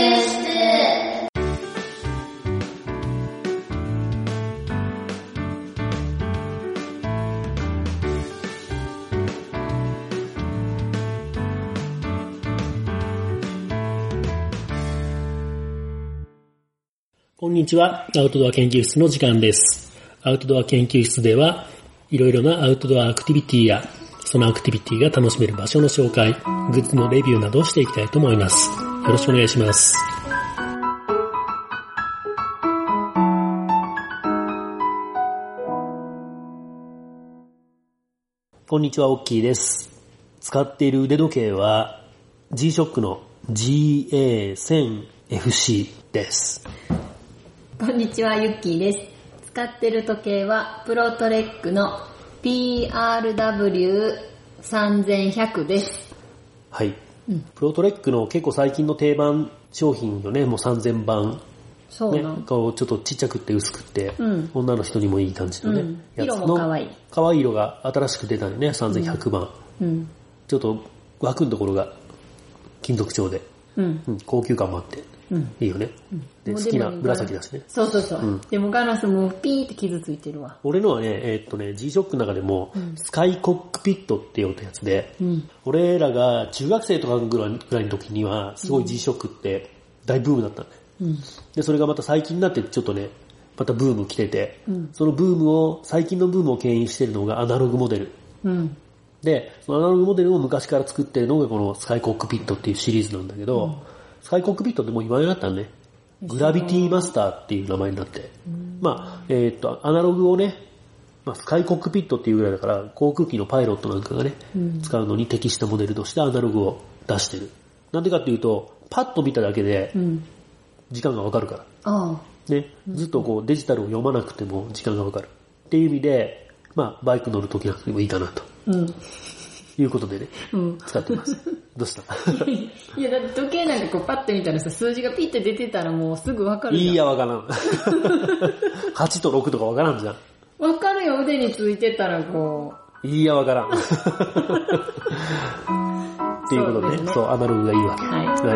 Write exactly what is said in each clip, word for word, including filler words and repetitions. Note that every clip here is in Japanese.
室。 こんにちは。アウトドア研究室の時間です。アウトドア研究室ではいろいろなアウトドアアクティビティやそのアクティビティが楽しめる場所の紹介、グッズのレビューなどをしていきたいと思います。よろしくお願いします。こんにちは、オッキーです。使っている腕時計は ジーショック の ジーエーせんエフシー です。 こんにちは、ゆっきーです。使ってる時計はプロトレックの ピーアールダブリューさんぜんひゃく です。 はい、うん。プロトレックの結構最近の定番商品よね、もうさんぜんばん。 そうなの、 ね、こうちょっとちっちゃくて薄くて、うん、女の人にもいい感じのね、うん、 やつの色も可愛い。 可愛い色が新しく出たよね、さんぜんひゃくばん。うん、ちょっと枠のところが金属調で、うんうん、高級感もあって。うん、いいよね、うん、で好きな紫だしね。 そうそうそう、うん、でもガラスもピーって傷ついてるわ。 俺のはね、えー、っとね ジーショック の中でも、うん、スカイコックピットっていうやつで、うん、俺らが中学生とかぐらいの時にはすごい ジーショック って大ブームだったんだよ、うん、でそれがまた最近になってちょっとねまたブーム来てて、うん、そのブームを最近のブームを牽引してるのがアナログモデル、うん、でそのアナログモデルを昔から作ってるのがこのスカイコックピットっていうシリーズなんだけど、うん、スカイコックピットってもう今になったんね。グラビティマスターっていう名前になって。まあ、えっと、アナログをね、まあ、スカイコックピットっていうぐらいだから、航空機のパイロットなんかがね、うん、使うのに適したモデルとしてアナログを出してる。なんでかっていうと、パッと見ただけで、時間がわかるから。うん、ね、ずっとこうデジタルを読まなくても時間がわかる。っていう意味で、まあ、バイク乗るときなんかでもいいかなと。うんいうことでね、うん、使ってます。どうしたいや、だって時計なんかこうパッて見たらさ、数字がピッて出てたらもうすぐわかるじゃん。 いや、わからん。はちとろくとかわからんじゃん。 わかるよ、腕についてたらこう。いや、わからん。っていうことでね、そう、ね、そう、アナログがいいわけ。はい。はい。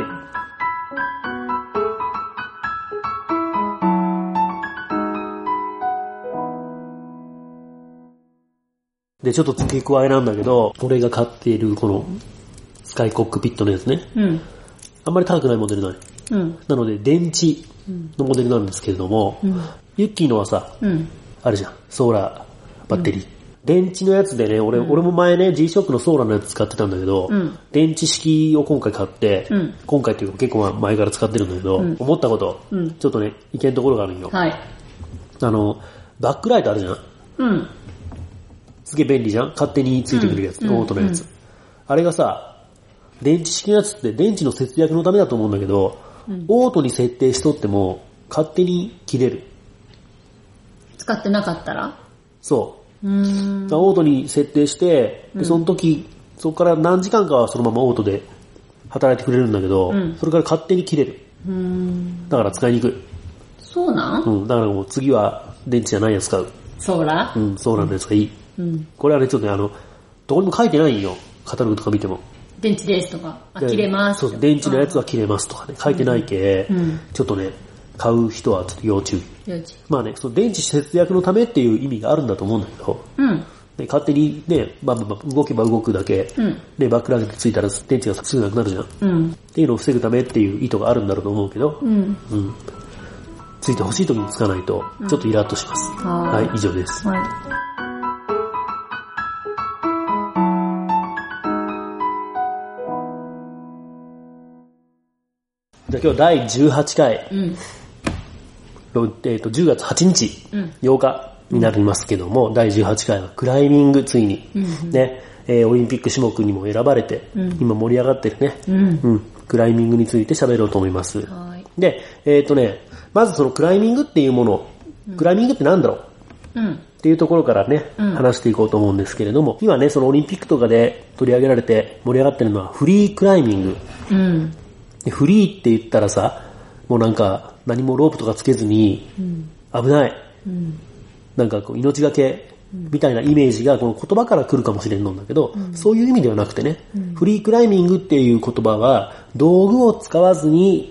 で、ちょっと付け加えなんだけど、俺が買っているこのスカイコックピットのやつね。うん。あんまり高くないモデルない。うん。なので、電池のモデルなんですけれども、うん、ユッキーのはさ、うん、あるじゃん。ソーラーバッテリー。うん、電池のやつでね、俺、うん、俺も前ね、ジーショック のソーラーのやつ使ってたんだけど、うん、電池式を今回買って、うん、今回っていうか結構前から使ってるんだけど、うん、思ったこと、うん、ちょっとね、意見のところがあるんよ。はい。あの、バックライトあるじゃん。うん。すげえ便利じゃん？勝手についてくるやつ、うん、オートのやつ、うん。あれがさ、電池式のやつって電池の節約のためだと思うんだけど、うん、オートに設定しとっても勝手に切れる。 使ってなかったら？ そう。うーんオートに設定して、でその時、うん、そこから何時間かはそのままオートで働いてくれるんだけど、うん、それから勝手に切れる。うーんだから使いにくい。 そうなん？ うん。だからもう次は電池じゃないやつ使う。 ソーラー？ うん、ソーラーのやつがいい。うん、これはね、ちょっとね、あの、どこにも書いてないんよ。カタログとか見ても。 電池ですとか、あ、切れます。 そう、電池のやつは切れますとかね、書いてないけ、うんうん、ちょっとね、買う人はちょっと要注意。要注意。まあね、その電池節約のためっていう意味があるんだと思うんだけど、うん、で勝手にね、まあまあ、動けば動くだけ、うん、で、バックライトついたら電池がすぐなくなるじゃん。うん、っていうのを防ぐためっていう意図があるんだろうと思うけど、うんうん、ついてほしい時につかないと、ちょっとイラッとします。うん、はい、以上です。はいじゃあ今日だいじゅうはちかい、うんえー、とじゅうがつはちにち、うん、ようかになりますけども、うん、だいじゅうはちかいはクライミングついに、うんねえー、オリンピック種目にも選ばれて、うん、今盛り上がってるね、うんうん、クライミングについて喋ろうと思います。はいで、えっ、ー、とね、まずそのクライミングっていうもの、うん、クライミングってなんだろう、うんっていうところからね、うん、話していこうと思うんですけれども、今ね、そのオリンピックとかで取り上げられて盛り上がってるのはフリークライミング。うんフリーって言ったらさ、もうなんか何もロープとかつけずに、危ない、うん、なんかこう命がけみたいなイメージがこの言葉から来るかもしれんのんだけど、うん、そういう意味ではなくてね、うん、フリークライミングっていう言葉は道具を使わずに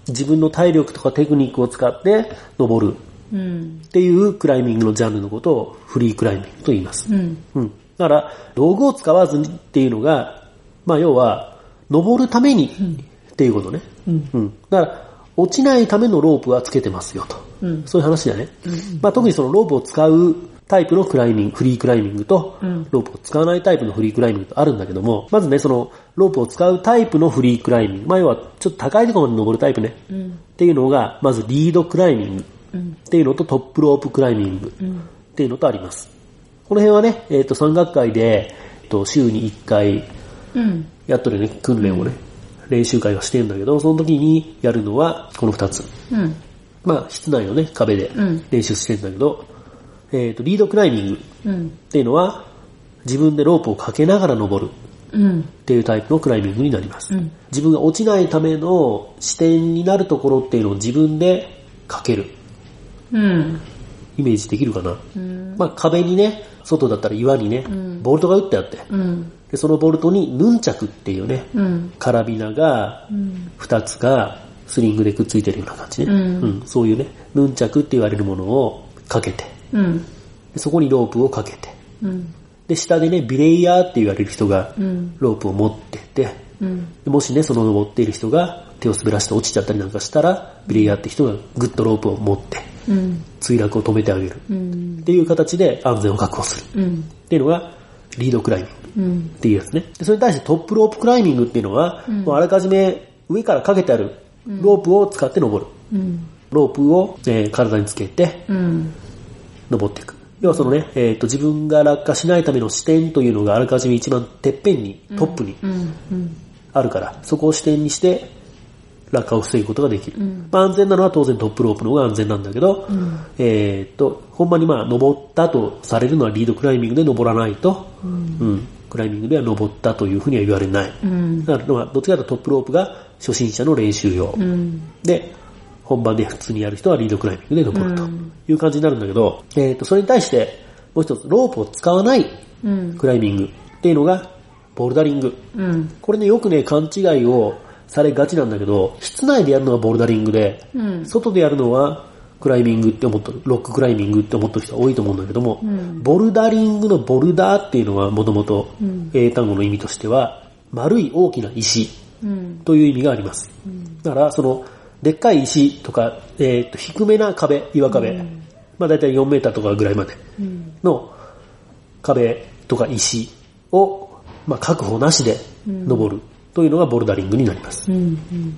自分の体力とかテクニックを使って登るっていうクライミングのジャンルのことをフリークライミングと言います。うんうん、だから道具を使わずにっていうのが、まあ要は登るためにっていうことね。うんうん、だから落ちないためのロープはつけてますよと。うん、そういう話だね。うんまあ、特にそのロープを使うタイプのクライミング、フリークライミングと、うん、ロープを使わないタイプのフリークライミングとあるんだけども、まずね、そのロープを使うタイプのフリークライミング、まあ要はちょっと高いところまで登るタイプね。うん、っていうのが、まずリードクライミングっていうのとトップロープクライミングっていうのとあります。この辺はね、えっと、山岳会で、えっと、週にいっかいやっとるね、訓練をね、練習会をしてるんだけど、その時にやるのはこの二つ。うん、まあ、室内のね、壁で練習してるんだけど、うん、えっと、リードクライミングっていうのは、自分でロープをかけながら登るっていうタイプのクライミングになります。うん、自分が落ちないための視点になるところっていうのを自分でかける。うん、イメージできるかな、うん、まあ、壁にね、外だったら岩にね、うん、ボルトが打ってあって、うん、でそのボルトにヌンチャクっていうね、うん、カラビナがふたつがスリングでくっついてるような感じね、うんうん、そういうね、ヌンチャクって言われるものをかけて、うん、でそこにロープをかけて、うん、で下でね、ビレイヤーって言われる人がロープを持ってて、うん、でもしね、その登っている人が手を滑らして落ちちゃったりなんかしたら、ビレイヤーって人がグッとロープを持って、うん、墜落を止めてあげる、うん、っていう形で安全を確保する、うん、っていうのがリードクライミングっていうやつね。でそれに対してトップロープクライミングっていうのは、うん、もうあらかじめ上からかけてあるロープを使って登る、うん、ロープを、えー、体につけて、うん、登っていく。要はそのね、えーと、自分が落下しないための視点というのがあらかじめ一番てっぺんに、トップにあるから、そこを視点にして落下を防ぐことができる。うん、まあ、安全なのは当然トップロープの方が安全なんだけど、うん、えーと、ほんまにまあ登ったとされるのはリードクライミングで登らないと、うんうん、クライミングでは登ったというふうには言われない。うん、だからどっちかというとトップロープが初心者の練習用。うん、で、本番で普通にやる人はリードクライミングで登るという感じになるんだけど、うん、えーと、それに対してもう一つロープを使わないクライミングっていうのがボルダリング。うん、これね、よくね、勘違いをされがちなんだけど、室内でやるのはボルダリングで、うん、外でやるのはクライミングって思ってる、ロッククライミングって思ってる人は多いと思うんだけども、うん、ボルダリングのボルダーっていうのはもともと英単語の意味としては、丸い大きな石という意味があります。うん、だから、その、でっかい石とか、えっと、低めな壁、岩壁、うん、まあ大体よんメーターとかぐらいまでの壁とか石を、まあ確保なしで登る。うんというのがボルダリングになります。うんうん、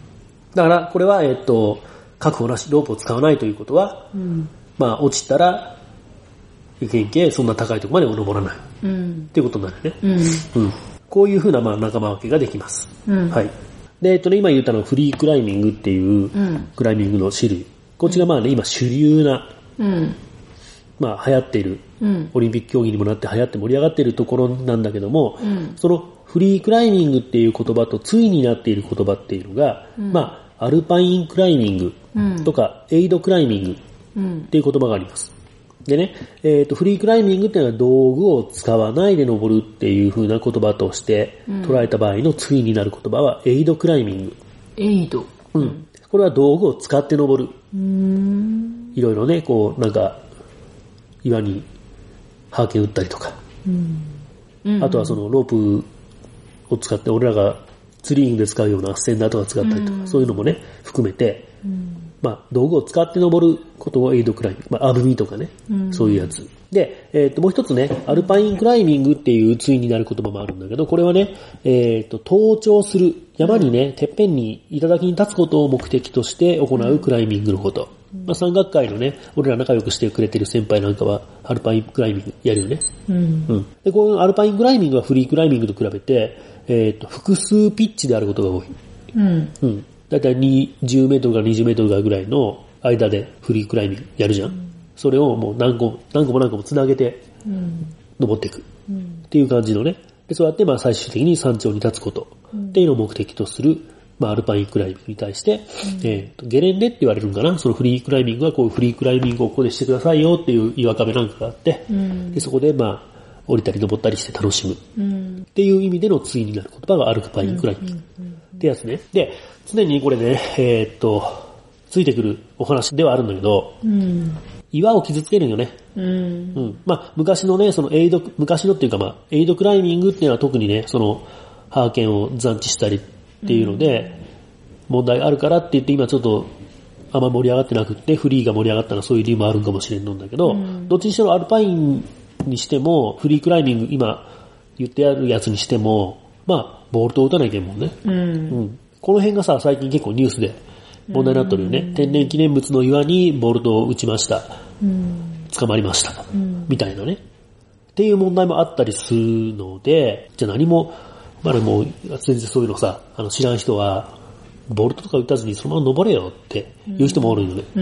だから、これは、えっと、確保なし、ロープを使わないということは、うん、まあ、落ちたら、いけんけ、そんな高いところまで登らない。うん、っていうことになるね。うんうん、こういうふうな、まあ、仲間分けができます。うん、はい。で、えっとね、今言ったのはフリークライミングっていうクライミングの種類。こっちがまあね、今主流な、うん、まあ、流行っている、うん、オリンピック競技にもなって流行って盛り上がっているところなんだけども、うん、その、フリークライミングっていう言葉と対になっている言葉っていうのが、うん、まあ、アルパインクライミングとか、うん、エイドクライミングっていう言葉があります。でね、えっと、フリークライミングっていうのは道具を使わないで登るっていう風な言葉として捉えた場合の対になる言葉はエイドクライミング。 エイド。 うん。これは道具を使って登る。うーん。いろいろね、こう、なんか、岩にハーケン打ったりとか。うん。あとはそのロープを使って俺らがツリーングで使うようなセンダーとか使ったりとか、うん、そういうのもね、含めて、うん、まあ、道具を使って登ることをエイドクライミング、まあ、アブミとかね、うん、そういうやつ。で、えっと、もう一つね、アルパインクライミングっていう対になる言葉もあるんだけど、これはね、えっと、登頂する、山にね、てっぺんに頂に立つことを目的として行うクライミングのこと。まあ、山岳会のね、俺ら仲良くしてくれてる先輩なんかは、アルパインクライミングやるよね。うん。うん。で、このアルパインクライミングはフリークライミングと比べて、えっと、複数ピッチであることが多い。うん。うん。だいたいにじゅうメートルからにじゅうメートルぐらいの間でフリークライミングやるじゃん。うん、それをもう何個も、何個も何個も繋げて、登っていく。うん。っていう感じのね。で、そうやってまあ最終的に山頂に立つことっていうのを目的とする、まあ、アルパインクライミングに対して、うん、えー、ゲレンデって言われるんかな、そのフリークライミングはこういうフリークライミングをここでしてくださいよっていう岩壁なんかがあって、うん、でそこでまあ、降りたり登ったりして楽しむ、うん、っていう意味での対になる言葉がアルパインクライミング。 ってやつね。で、常にこれね、えー、っと、ついてくるお話ではあるんだけど、うん、岩を傷つけるんよね。うん。うん。まあ、昔のね、そのエイド、昔のっていうかまあ、エイドクライミングっていうのは特にね、その、ハーケンを残地したりっていうので、問題があるからって言って今ちょっと、あんま盛り上がってなくって、フリーが盛り上がったのはそういう理由もあるんかもしれんのんだけど、うん、どっちにしろアルパインにしても、フリークライミング、今言ってあるやつにしても、まあ、ボールトを打たないけんもんね。うん。うん。この辺がさ、最近結構ニュースで問題になってるよね。うん、天然記念物の岩にボルトを打ちました。うん、捕まりました。うん、みたいなね。っていう問題もあったりするので、じゃあ何も、まだもう全然そういうのさ、あの知らん人は、ボルトとか打たずにそのまま登れよって言う人もおるよね。うん、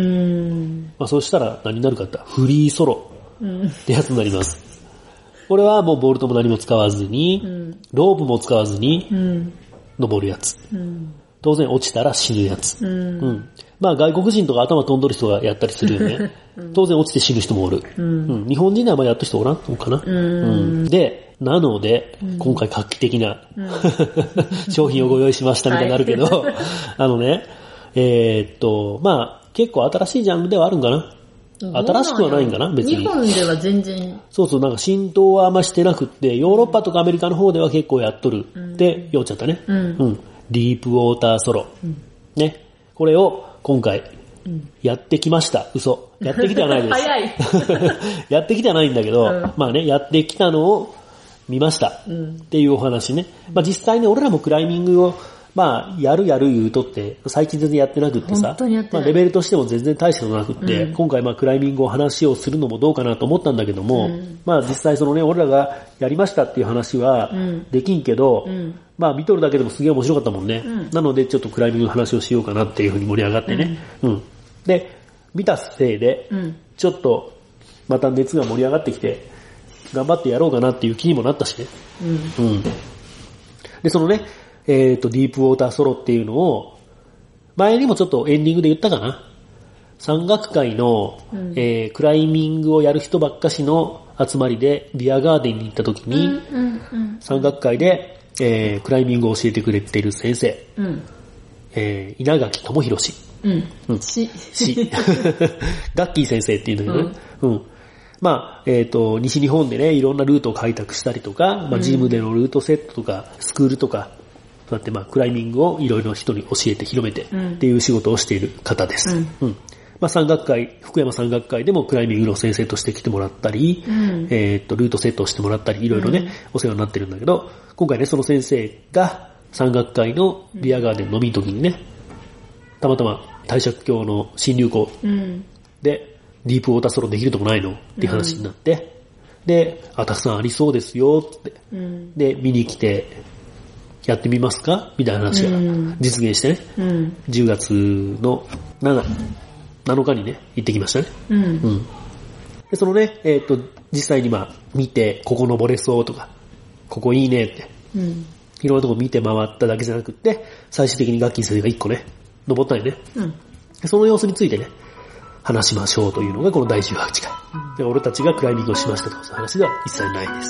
まあそうしたら何になるかってフリーソロってやつになります。これはもうボルトも何も使わずに、うん、ロープも使わずに、登るやつ。うん当然落ちたら死ぬやつ。うん。うん、まあ外国人とか頭飛んどる人がやったりするよね。うん、当然落ちて死ぬ人もおる。うん。うん、日本人ではまあやった人おらんのかな。うん。うん、で、なので、うん、今回画期的な、うん、商品をご用意しましたみたいになるけど、はい、あのね、えー、っと、まあ結構新しいジャンルではあるんかな。新しくはないんかな別に。 日本では全然。 そうそう、なんか浸透はあんましてなくって、ヨーロッパとかアメリカの方では結構やっとるって言っちゃったね。うん。うんディープウォーターソロ、うん。ね。これを今回、やってきました。嘘。やってきてはないです。 早い。 やってきてはないんだけど、うん、まあね、やってきたのを見ました。うん、っていうお話ね。まあ実際ね、俺らもクライミングを、まあ、やるやる言うとって、最近全然やってなくってさ、まあレベルとしても全然大したことなくって、うん、今回まあクライミングを話をするのもどうかなと思ったんだけども、うん、まあ実際そのね、俺らがやりましたっていう話はできんけど、うんうんまあ見とるだけでもすげえ面白かったもんね、うん。なのでちょっとクライミングの話をしようかなっていう風に盛り上がってね。うん。うん、で、見たせいで、ちょっとまた熱が盛り上がってきて、頑張ってやろうかなっていう気にもなったしね。うん。うん、で、そのね、えっと、ディープウォーターソロっていうのを、前にもちょっとエンディングで言ったかな。山岳会の、うんえー、クライミングをやる人ばっかしの集まりでビアガーデンに行った時に、うんうんうん、山岳会でえー、クライミングを教えてくれている先生、うんえー、稲垣智弘氏、うんうん、ししガッキー先生っていうんだけどね、うんうん、まあ、えっと、西日本でね、いろんなルートを開拓したりとか、まあ、ジムでのルートセットとか、スクールとか、そうやってまあ、クライミングをいろいろ人に教えて広めてっていう仕事をしている方です。うんうんまあ、山岳会、福山山岳会でもクライミングの先生として来てもらったり、うん、えー、っと、ルートセットをしてもらったり、いろいろね、うん、お世話になってるんだけど、今回ね、その先生が山岳会のビアガーデン飲みの時にね、たまたま帝釈峡の新流湖で、ディープウォーターソロできるとこないのっていう話になって、うん、で、あ、たくさんありそうですよって、うん、で、見に来て、やってみますかみたいな話が実現してね、うん、じゅうがつのなのかにね、行ってきましたね。うん。うん、でそのね、えっと、実際にまあ、見て、ここ登れそうとか、ここいいねって、うん、いろんなとこ見て回っただけじゃなくって、最終的にガッキー先生がいっこね、登ったんよね。うん。でその様子についてね、話しましょうというのがこのだいじゅうはちかい。うん、で俺たちがクライミングをしましたという話では一切ないです。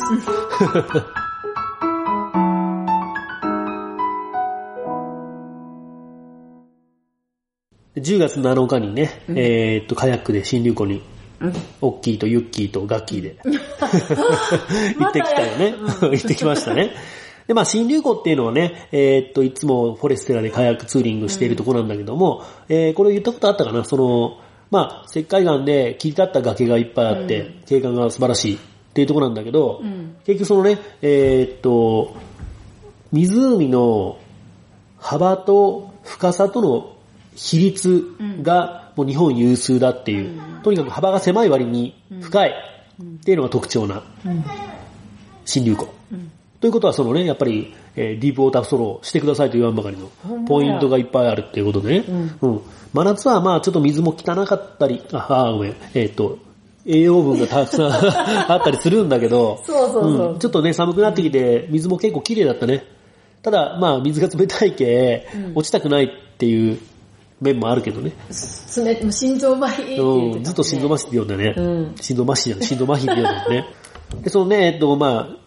じゅうがつなのかにね、うん、えー、っと、カヤックで新流湖に、うん、オッキーとユッキーとガッキーで行ってきたよね。行ってきましたね。で、まあ、新流湖っていうのはね、えー、っと、いつもフォレステラでカヤックツーリングしているところなんだけども、うん、えー、これ言ったことあったかな、その、まあ、石灰岩で切り立った崖がいっぱいあって、うん、景観が素晴らしいっていうところなんだけど、うん、結局そのね、えー、っと、湖の幅と深さとの比率がもう日本有数だっていう、うん、とにかく幅が狭い割に深いっていうのが特徴な新流湖、うん、ということはそのねやっぱり、えー、ディープウォーターソロをしてくださいと言わんばかりのポイントがいっぱいあるっていうことでね、うんうん、真夏はまあちょっと水も汚かったりああごめんえー、っと栄養分がたくさんあったりするんだけどそうそうそう、うん、 ちょっとね寒くなってきて水も結構綺麗だったね。ただまあ水が冷たいけ、うん、落ちたくないっていう面もあるけどね。 心臓麻痺って言ってた、ね、 うん、ずっと心臓麻痺って言うんだね。うん、心臓麻痺じゃない、心臓麻痺って言うんだよね。で、そのね、えっと、まあ、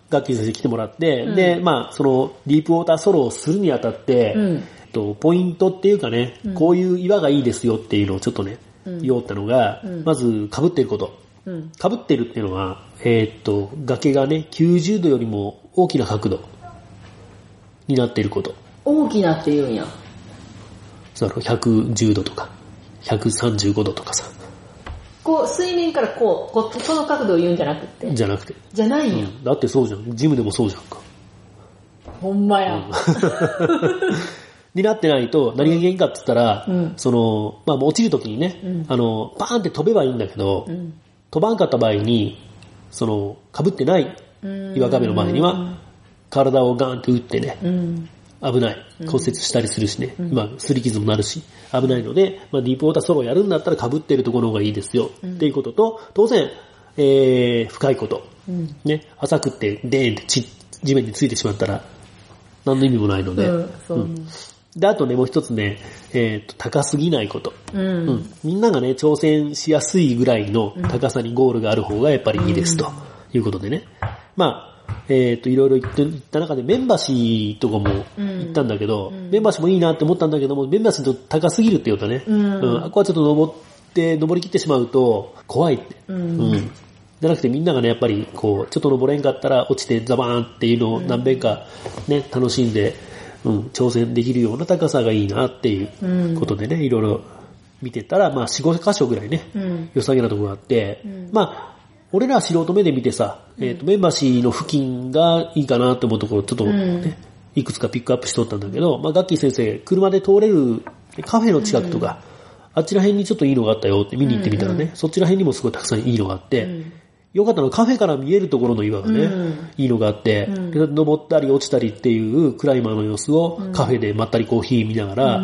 ガッキー先生来てもらって、うん、で、まあ、その、ディープウォーターソロをするにあたって、うん、えっと、ポイントっていうかね、うん、こういう岩がいいですよっていうのをちょっとね、うん、言おうったのが、うん、まず、被っていること。うん、被ってるっていうのは、えー、っと、崖がね、きゅうじゅうどよりも大きな角度になっていること。 大きなって言うんや。 そのひゃくじゅうどとか、ひゃくさんじゅうごどとかさ。 こう、水面からこう、こその角度を言うんじゃなくて。 じゃなくて。 じゃないんや、 うん。だってそうじゃん。ジムでもそうじゃんか。 ほんまや。うん、 になってないと、何が原因かって言ったら、うん、その、まあ、落ちるときにね、うん、あの、バーンって飛べばいいんだけど、うん、飛ばんかった場合に、その、被ってない岩壁の前には、体をガーンって打ってね、うん、危ない。骨折したりするしね、うん、まあ、擦り傷もなるし、危ないので、まあ、ディープウォーターソロをやるんだったら被ってるところの方がいいですよ、うん、っていうことと、当然、えー、深いこと。うん、ね、浅くってデーンって地地面についてしまったら、何の意味もないので、うんそううん、で、あとね、もう一つね、えー、と高すぎないこと、うんうん。みんながね、挑戦しやすいぐらいの高さにゴールがある方がやっぱりいいです、ということでね。まあ、えっと、いろいろ言って言った中で、メンバシとかも言ったんだけど、うん、メンバシもいいなって思ったんだけども、メンバシと高すぎるって言うとね、うん、うん、あこはちょっと登って、登り切ってしまうと、怖いって。うん。うん、じゃなくてみんながね、やっぱり、こう、ちょっと登れんかったら落ちてザバーンっていうのを何遍かね、楽しんで、うん、挑戦できるような高さがいいなっていうことでね、いろいろ見てたら、まあ、よん、ご箇所ぐらいね、うん、良さげなところがあって、うん、まあ、俺ら素人目で見てさ、うん、えっと、メンバーシーの付近がいいかなと思うところ、ちょっとね、うん、いくつかピックアップしとったんだけど、まあ、ガッキー先生、車で通れるカフェの近くとか、うん、あっちら辺にちょっといいのがあったよって見に行ってみたらね、うんうん、そっちら辺にもすごいたくさんいいのがあって、うん、よかったのはカフェから見えるところの岩がね、うん、いいのがあって、うん、で登ったり落ちたりっていうクライマーの様子をカフェでまったりコーヒー見ながら、うん、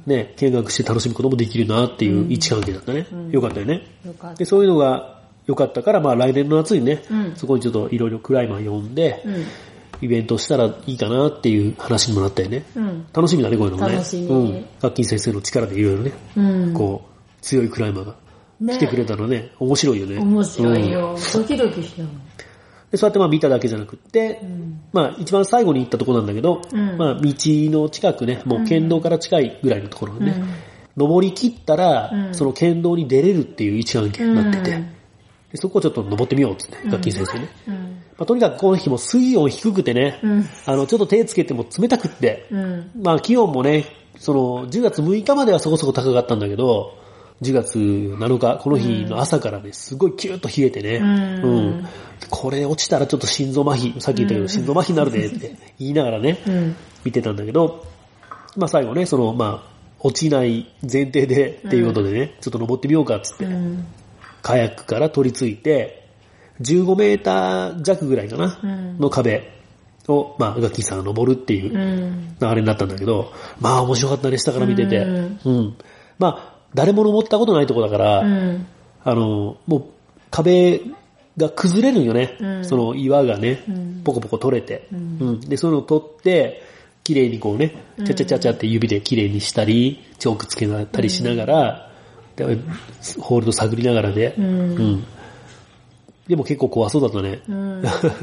ね、見学して楽しむこともできるなっていう位置関係だったね。うん、よかったよね。よかった。で、そういうのが良かったから、まあ来年の夏にね、うん、そこにちょっといろいろクライマー呼んで、うん、イベントしたらいいかなっていう話にもなったよね。うん、楽しみだね、こういうのもね。楽しみ。うん。ガッキー先生の力でいろいろね、うん、こう、強いクライマーが来てくれたのね、面白いよね。 面白いよ。うん、ドキドキしたの。 で、そうやってまあ見ただけじゃなくって、うん、まあ一番最後に行ったところなんだけど、うん、まあ道の近くね、もう県道から近いぐらいのところね、うん、登り切ったら、うん、その県道に出れるっていう位置関係になってて、うん、でそこをちょっと登ってみようっつって、ガッキー先生ね。うんまあ、とにかくこの日も水温低くてね、うん、あの、ちょっと手つけても冷たくって、うん、まあ気温もね、そのじゅうがつむいかまではそこそこ高かったんだけど、じゅうがつなのか、この日の朝からね、すごいキューッと冷えてね、うん、うん、これ落ちたらちょっと心臓麻痺、さっき言ったけど心臓麻痺になるでって言いながらね、うん、見てたんだけど、まあ最後ね、その、まあ、落ちない前提でっていうことでね、うん、ちょっと登ってみようかっつって、うん、カヤックから取り付いて、じゅうごメーター弱ぐらいかな、うん、の壁を、まあ、ガッキーさんが登るっていう流れになったんだけど、まあ面白かったね、下から見てて。うん。うん、まあ、誰も登ったことないとこだから、うん、あの、もう壁が崩れるんよね。うん、その岩がね、うん、ポコポコ取れて。うんうん、で、そういうのを取って、綺麗にこうね、チャチャチャチャって指で綺麗にしたり、チョークつけたりしながら、うん、ホールド探りながらで、うんうん、でも結構怖そうだったね。うん、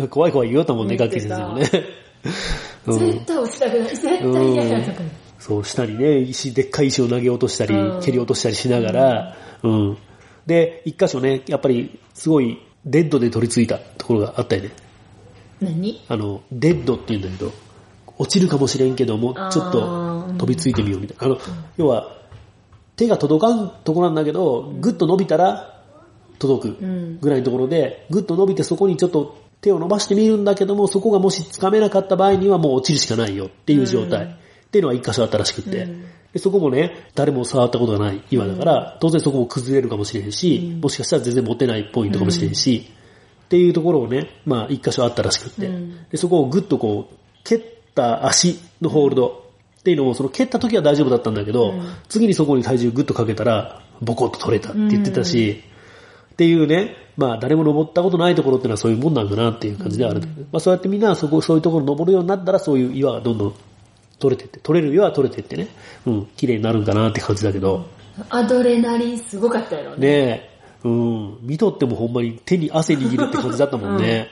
怖い怖い言おうと思うね、ガッキー先生もね。 うん、絶対落ちたくない。絶対嫌やったから。 そう、下にね、石、でっかい石を投げ落としたり、うん、蹴り落としたりしながら、うん。うん、で、一箇所ね、やっぱり、すごい、デッドで取り付いたところがあったよね。 何？ あの、デッドって言うんだけど、落ちるかもしれんけども、ちょっと飛びついてみようみたいな。あの、うん、要は、手が届かんところなんだけど、ぐっと伸びたら届くぐらいのところで、ぐっと伸びてそこにちょっと手を伸ばしてみるんだけども、そこがもし掴めなかった場合にはもう落ちるしかないよっていう状態。うんっていうのは一箇所あったらしくって、うん、でそこもね、誰も触ったことがない岩だから、うん、当然そこも崩れるかもしれんし、うん、もしかしたら全然持てないポイントかもしれんし、うん、っていうところをね、まあ一箇所あったらしくって、うん、でそこをぐっとこう、蹴った足のホールドっていうのを、その蹴った時は大丈夫だったんだけど、うん、次にそこに体重ぐっとかけたら、ボコッと取れたって言ってたし、うん、っていうね、まあ誰も登ったことないところっていうのはそういうもんなんだなっていう感じではあるんだけど、うん、まあそうやってみんなそこ、そういうところ登るようになったら、そういう岩がどんどん取れてって、取れる岩は取れてってね、うん、綺麗になるんかなって感じだけど。 アドレナリンすごかったよね。 ねえ、うん、見とってもほんまに手に汗握るって感じだったもんね。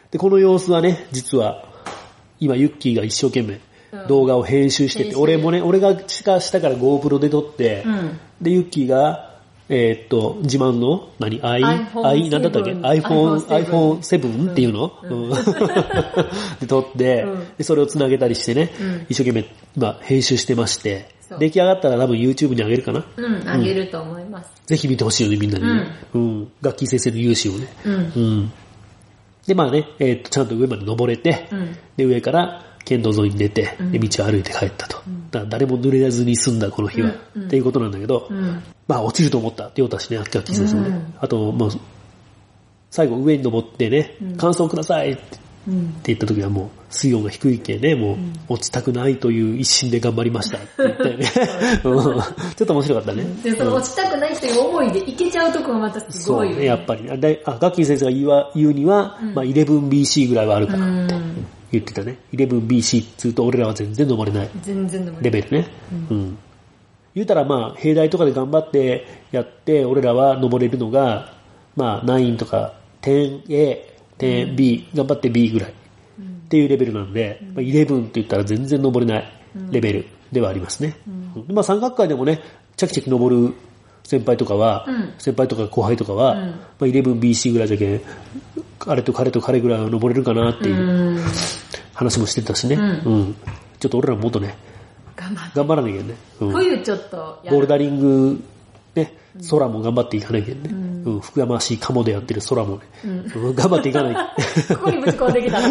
で、この様子はね、実は、今、ユッキーが一生懸命動画を編集してて、うん、俺もね、俺が下から GoPro で撮って、うん、で、ユッキーが、えー、っと、自慢の、何 ?i、i、なんだったっけ ?iPhone、アイフォンセブン っていうの、うん、で撮って、うん、で、それを繋げたりしてね、うん、一生懸命、今、編集してまして、出来上がったら多分 YouTube に上げるかな。 うん、上げると思います。 ぜひ見てほしいよね、みんなにね。うん。うん、楽器先生の勇姿をね。うん。うん、で、まあね、えー、っと、ちゃんと上まで登れて、うん、で、上から、県道沿いに出て、で、道を歩いて帰ったと。うん、だから誰も濡れずに済んだ、この日は。うん、っていうことなんだけど、うん、まあ、落ちると思った。って言おうたしね、楽器先生もね。うん、あと、もう、最後上に登ってね、うん、感想くださいって。って言った時はもう水温が低いけね、もう落ちたくないという一心で頑張りましたって言ったよね。ちょっと面白かったね。 で、その落ちたくないという思いでいけちゃうとこがまたすごいよね。 そうね、やっぱり。あ、ガッキー先生が言うは言うには、うん、まあ イレブンビーシー ぐらいはあるからって言ってたね。イレブンビーシー って言うと俺らは全然登れない。全然登れない。レベルね。うん。うん、言うたらまあ、兵隊とかで頑張ってやって、俺らは登れるのが、まあ、ナインとか テンエー、テンビー、頑張って B ぐらいっていうレベルなので、まあ、イレブンって言ったら全然登れないレベルではありますね。うん、まあ三角界でもね、チャキチャキ登る先輩とかは、うん、先輩とか後輩とかは、うん、まあ イレブンビーシー ぐらいじゃけん、あれと彼と彼ぐらいは登れるかなっていう話もしてたしね。うんうん、ちょっと俺らももっとね、頑張, 頑張らなきゃいけないね。うん、 冬ちょっとボルダリング、ね、空も頑張っていかなきゃいけないね。うんうん、福山市鴨でやってる空もね、うん、頑張っていかないと。ここにぶち込んできたの。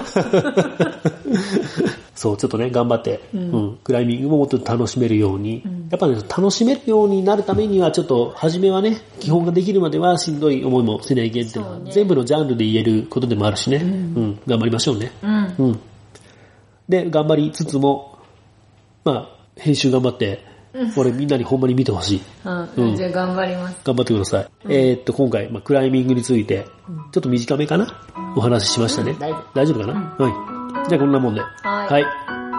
そう、ちょっとね、頑張って、うんうん、クライミングももっと楽しめるように、うん、やっぱね、楽しめるようになるためには、ちょっと、初めはね、基本ができるまではしんどい思いもせないけんっていうのは、ね、全部のジャンルで言えることでもあるしね、うんうん、頑張りましょうね、うんうん。で、頑張りつつも、まあ、編集頑張って、俺みんなにほんまに見てほしい。 うんうん、じゃあ頑張ります。 頑張ってください。うん、えー、っと、今回、まあ、クライミングについて、ちょっと短めかなお話ししましたね。うん、大丈夫。大丈夫かな、うん、はい。じゃあこんなもんで。はい。はい。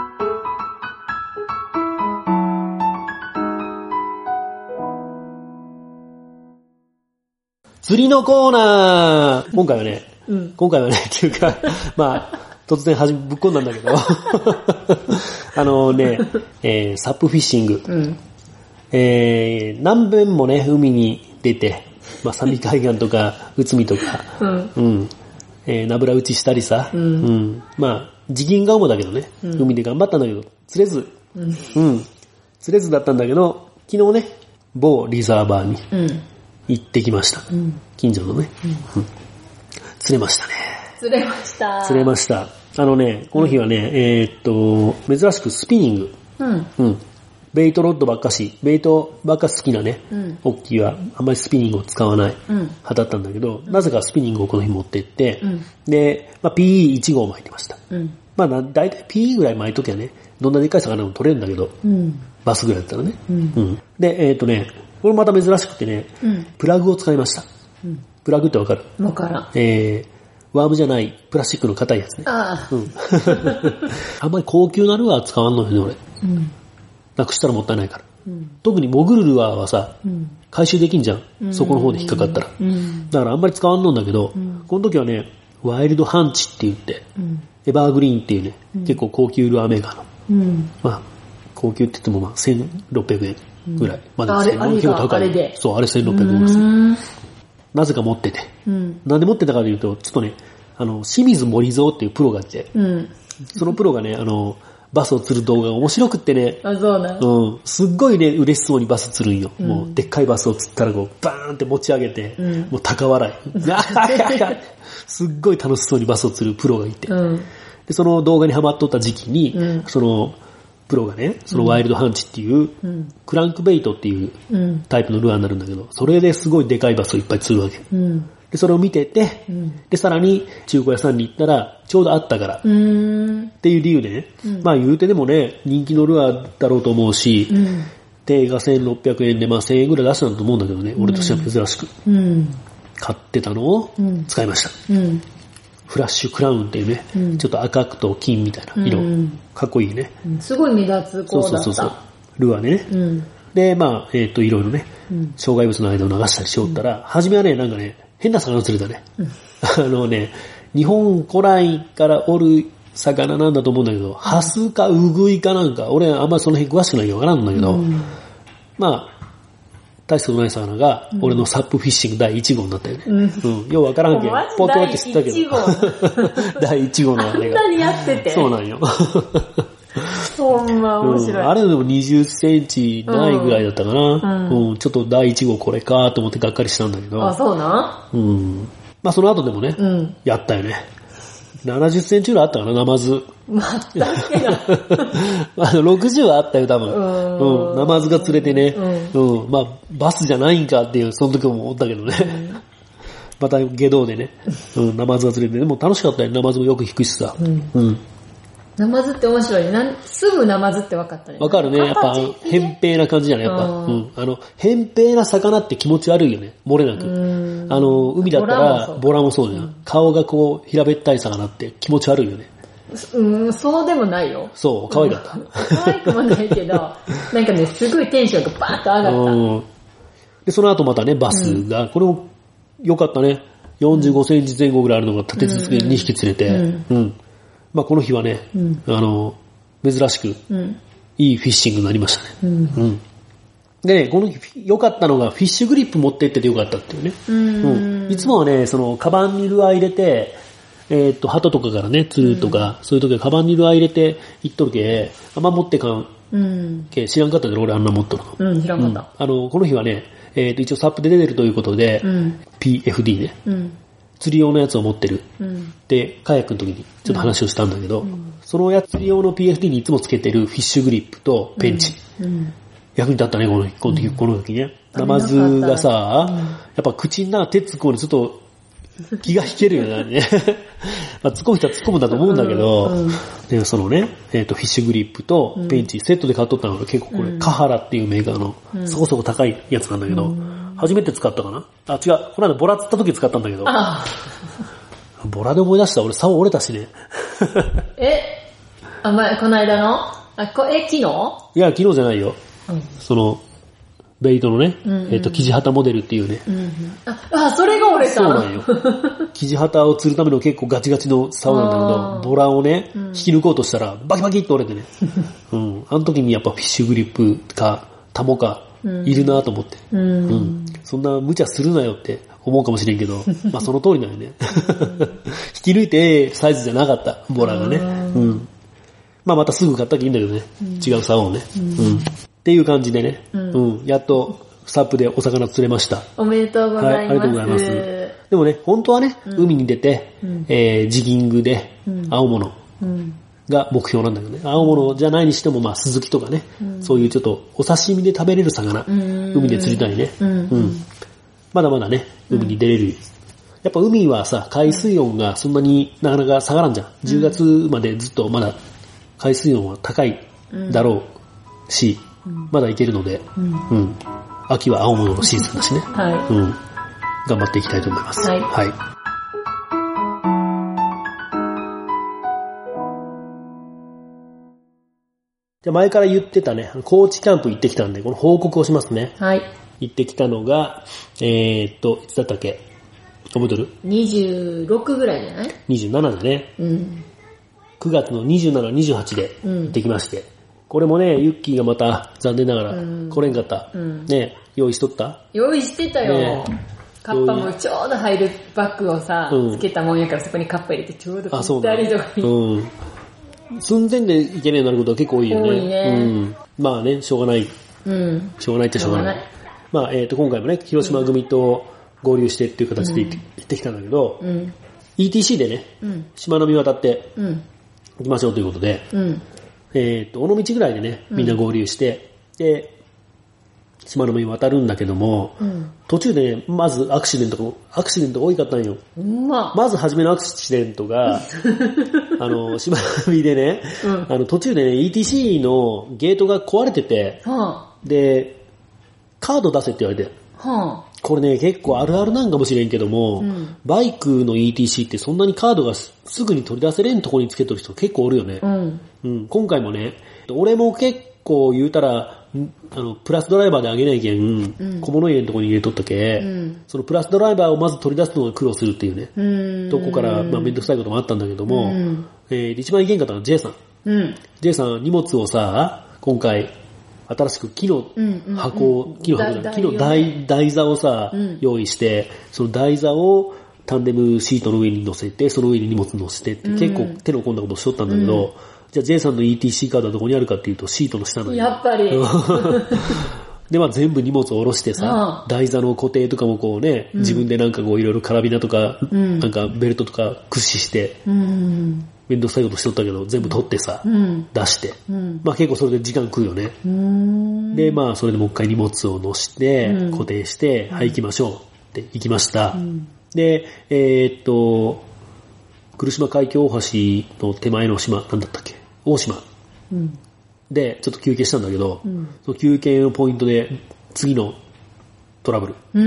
釣りのコーナー今回はね、うん、今回はね、っていうか、まあ、突然はじぶっこんだんだけど、あのね、えー、サップフィッシング。うん、えー、何遍もね、海に出て、まあ、三味海岸とか、内海とか、うん、うん、えー、ナブラ打ちしたりさ、うん、うん、まあ、時銀が主だけどね、うん、海で頑張ったんだけど、釣れず、うん、うん、釣れずだったんだけど、昨日ね、某リザーバーに行ってきました。うん、近所のね、うんうん、釣れましたね。 釣れました。 釣れました。あのね、この日はね、うん、えー、っと、珍しくスピニング。うん。うん。ベイトロッドばっかし、ベイトばっか好きなね、うん、オッキーはあんまりスピニングを使わない派だったんだけど、うん、なぜかスピニングをこの日持ってって、うん、で、まあ、ピーイーいち 号巻いてました。うん、まあ、だいたい ピーイー ぐらい巻いときはね、どんなでっかい魚も取れるんだけど、うん、バスぐらいだったらね。うんうん、で、えー、っとね、これまた珍しくてね、うん、プラグを使いました。うん、プラグってわかる？ わからん。 えーワームじゃないプラスチックの硬いやつね。ああ。うん。あんまり高級なルアー使わんのよね、俺。うん。なくしたらもったいないから。うん、特に潜るルアーはさ、うん、回収できんじゃん。うん、そこの方で引っかかったら。うん、だからあんまり使わんのんだけど、うん、この時はね、ワイルドハンチって言って、うん、エバーグリーンっていうね、うん、結構高級ルアーメーカーの。うん、まあ、高級って言ってもまあせんろっぴゃくえんぐらい。うん、まだせんろっぴゃくえん高い。あれで。そう、あれせんろっぴゃくえんです。なぜか持ってて、うん。なんで持ってたかというと、ちょっとね、あの、清水森蔵っていうプロがいて、うん、そのプロがね、あの、バスを釣る動画が面白くってね、 あ、そうな。 うん。すっごいね、嬉しそうにバス釣るんよ。うん、もう、でっかいバスを釣ったらこう、バーンって持ち上げて、うん、もう高笑い。すっごい楽しそうにバスを釣るプロがいて、うん、で、その動画にハマっとった時期に、うん、その、プロがね、そのワイルドハンチっていう、うん、クランクベイトっていうタイプのルアーになるんだけど、それですごいでかいバスをいっぱい釣るわけ。うん、で、それを見てて、うん、で、さらに中古屋さんに行ったら、ちょうどあったから、うん、っていう理由でね、うん、まあ言うてでもね、人気のルアーだろうと思うし、うん、定価せんろっぴゃくえんで、まあせんえんぐらい出したんだと思うんだけどね、俺としては珍しく。うん、買ってたのを使いました。うんうん、フラッシュクラウンっていうね、うん、ちょっと赤くと金みたいな色、うん、かっこいいね、 うん、すごい目立つ子だった。そうそうそうそう、 ルアーでね、うん、でまあえっ、ー、といろいろね、うん、障害物の間を流したりしよったら、うん、初めはねなんかね変な魚釣れたね、うん、あのね日本古来からおる魚なんだと思うんだけど、ハスかウグイかなんか、俺あんまりその辺詳しくないからわからんんだけど、うん、まあ、大したことない魚が、俺のサップフィッシングだいいち号になったよね。うん。うん、ようわからんけど、ポッとって知ったけど。だいいち号のあれが。 あんなにやってて。 そうなんよ。 ほんま面白い、 うん。あれでもにじゅっセンチないぐらいだったかな。うんうん、ちょっとだいいち号これかと思ってがっかりしたんだけど。 あ、そうなうん。まあその後でもね、うん、やったよね。ななじゅっセンチぐらいあったかな、ナマズ。 まったっけな。 あの、ろくじゅうはあったよ、多分。うん。ナマズが釣れてね。うん。うん、まあ、バスじゃないんかっていう、その時も思ったけどね。うん、また、下道でね。うん、ナマズが釣れて、でも楽しかったよ。ナマズもよく引くしさ。うん。うん。 ナマズって面白いね。なんすぐナマズって分かったね。 分かるね。やっぱ、扁平な感じじゃないやっぱ。うん。あの、扁平な魚って気持ち悪いよね。漏れなく。あの、海だったら、ボラもそうじゃん。顔がこう、平べったい魚って気持ち悪いよね。 うん、そうでもないよ。 そう、可愛かった。 可愛くもないけど、なんかね、すごいテンションがバーッと上がった。うん。 で、その後またね、バスが、うん、これも良かったね。よんじゅうごセンチ前後ぐらいあるのが立て続けににひき釣れて、うん。うん。まあこの日はね、うん、あの、珍しく、いいフィッシングになりましたね。うん。うん、でね、この日良かったのが、フィッシュグリップ持って行ってて良かったっていうね。うん。うん、いつもはね、その、カバンにルアー入れて、えっと、鳩とかからね、釣るとか、うん、そういう時はカバンにルアー入れて行っとるけ、あんま持ってかん。うん。け知らんかったけど、俺あんな持っとるの。うん、知らんかった。うん、 あの、この日はね、えっと、一応サップで出てるということで、うん、ピーエフディー ね。うん。釣り用のやつを持ってる。うん、で、カヤックの時にちょっと話をしたんだけど、うん、そのやつ釣り用の ピーエフディー にいつもつけてるフィッシュグリップとペンチ。うんうん、役に立ったね、このこの時、この時ね。ナマズがさ、うん、やっぱ口にな手突っ込んでちょっと気が引けるよね。まあ、突っ込む人は突っ込むんだと思うんだけど、うんうん、でそのね、えっと、フィッシュグリップとペンチ、セットで買っとったのが結構これ、うん、カハラっていうメーカーの、そこそこ高いやつなんだけど、うん、初めて使ったかなあ、違う。この間ボラ釣った時使ったんだけど。ボラで思い出した。俺、竿折れたしね。 えあ、まあ、この間のあ、こえ、昨日いや、昨日じゃないよ。うん、その、ベイトのね、うんうん、えっと、キジハタモデルっていうね。うんうん、 あ, あ、それが折れた。 そうなんよ。キジハタを釣るための結構ガチガチの竿なんだけど、ボラをね、うん、引き抜こうとしたら、バキバキって折れてね。うん。あの時にやっぱフィッシュグリップか、タモか、いるなと思って、うんうん。そんな無茶するなよって思うかもしれんけど、まあその通りなんよね。引き抜いてサイズじゃなかった、ボラがね。うん。まあまたすぐ買ったきゃいいんだけどね。うん、違う竿をね、うん。うん。っていう感じでね、うん、うん。やっとサップでお魚釣れました。 おめでとうございます。はい、 ありがとうございます。でもね、本当はね、うん、海に出て、うん、えー、ジギングで青物。うんが目標なんだけどね。青物じゃないにしても、まあ、スズキとかね、うん。そういうちょっと、お刺身で食べれる魚。うん、海で釣りたいね、うん。うん。まだまだね、海に出れる。うん、やっぱ海はさ、海水温がそんなになかなか下がらんじゃん。じゅうがつまでずっとまだ、海水温は高いだろうし、うん、まだいけるので、うん、うん。秋は青物のシーズンだしね。はい。うん。頑張っていきたいと思います。はい。はい。じゃ前から言ってたね、高知キャンプ行ってきたんで、この報告をしますね。はい。行ってきたのが、えーっと、いつだったっけ覚えてる ? にじゅうろくぐらいじゃない ? にじゅうななだね。うん。くがつのにじゅうしち、にじゅうはちで行ってきまして。うん、これもね、ユッキーがまた残念ながら来れんかった。うん、ね、用意しとった？ 用意してたよ。ね、カッパもちょうど入るバッグをさ、うん、つけたもんやからそこにカッパ入れてちょうどぴったりとかに。うん。 寸前で行けねえようになることは結構多いよね。多いね。うん。まあね、しょうがない。うん。しょうがないってしょうがない。ないまあ、えっと、今回もね、広島組と合流してっていう形で行ってきたんだけど、うん、イーティーシー でね、うん、島の見渡って行きましょうということで、うん、えっと、尾道ぐらいでね、みんな合流して、うん、で、島の上に渡るんだけども、うん、途中でね、まずアクシデントが、アクシデントが多かったんよ。まあ、まず初めのアクシデントが、あの、島の上でね、うん、あの途中でね、イーティーシー のゲートが壊れてて、はあ、で、カード出せって言われて、はあ、これね、結構あるあるなんかもしれんけども、うん、バイクの イーティーシー ってそんなにカードが す, すぐに取り出せれんとこにつけとる人結構おるよね。うんうん、今回もね、俺も結構言うたら、 あの、プラスドライバーで上げないけん、うん、小物入れのとこに入れとったけ、うん、そのプラスドライバーをまず取り出すのが苦労するっていうね、うん、とこから、まあめんどくさいこともあったんだけども、うん、えー、一番いけんかったのは J さん。うん、J さん、荷物をさ、今回、新しく木の箱を、うんうんうん、木の箱じゃない、木の台、台座をさ、うん、用意して、その台座をタンデムシートの上に乗せて、その上に荷物乗せてって、うん、結構手の込んだことをしとったんだけど、うん、じゃあ J さんの イーティーシー カードはどこにあるかっていうと、シートの下のやっぱり。 で、まあ全部荷物を下ろしてさ、台座の固定とかもこうね、うん、自分でなんかこういろいろカラビナとか、うん、なんかベルトとか駆使して、うんめんどくさいことしとったけど、全部取ってさ、うん、出して、うん、まあ結構それで時間食うよね。で、まあそれでもう一回荷物を乗して、うん、固定して、うん、はい行きましょうって行きました。うん、で、えー、っと、来島海峡大橋の手前の島、なんだったっけ大島、うん。で、ちょっと休憩したんだけど、うん、その休憩のポイントで次のトラブル。うん、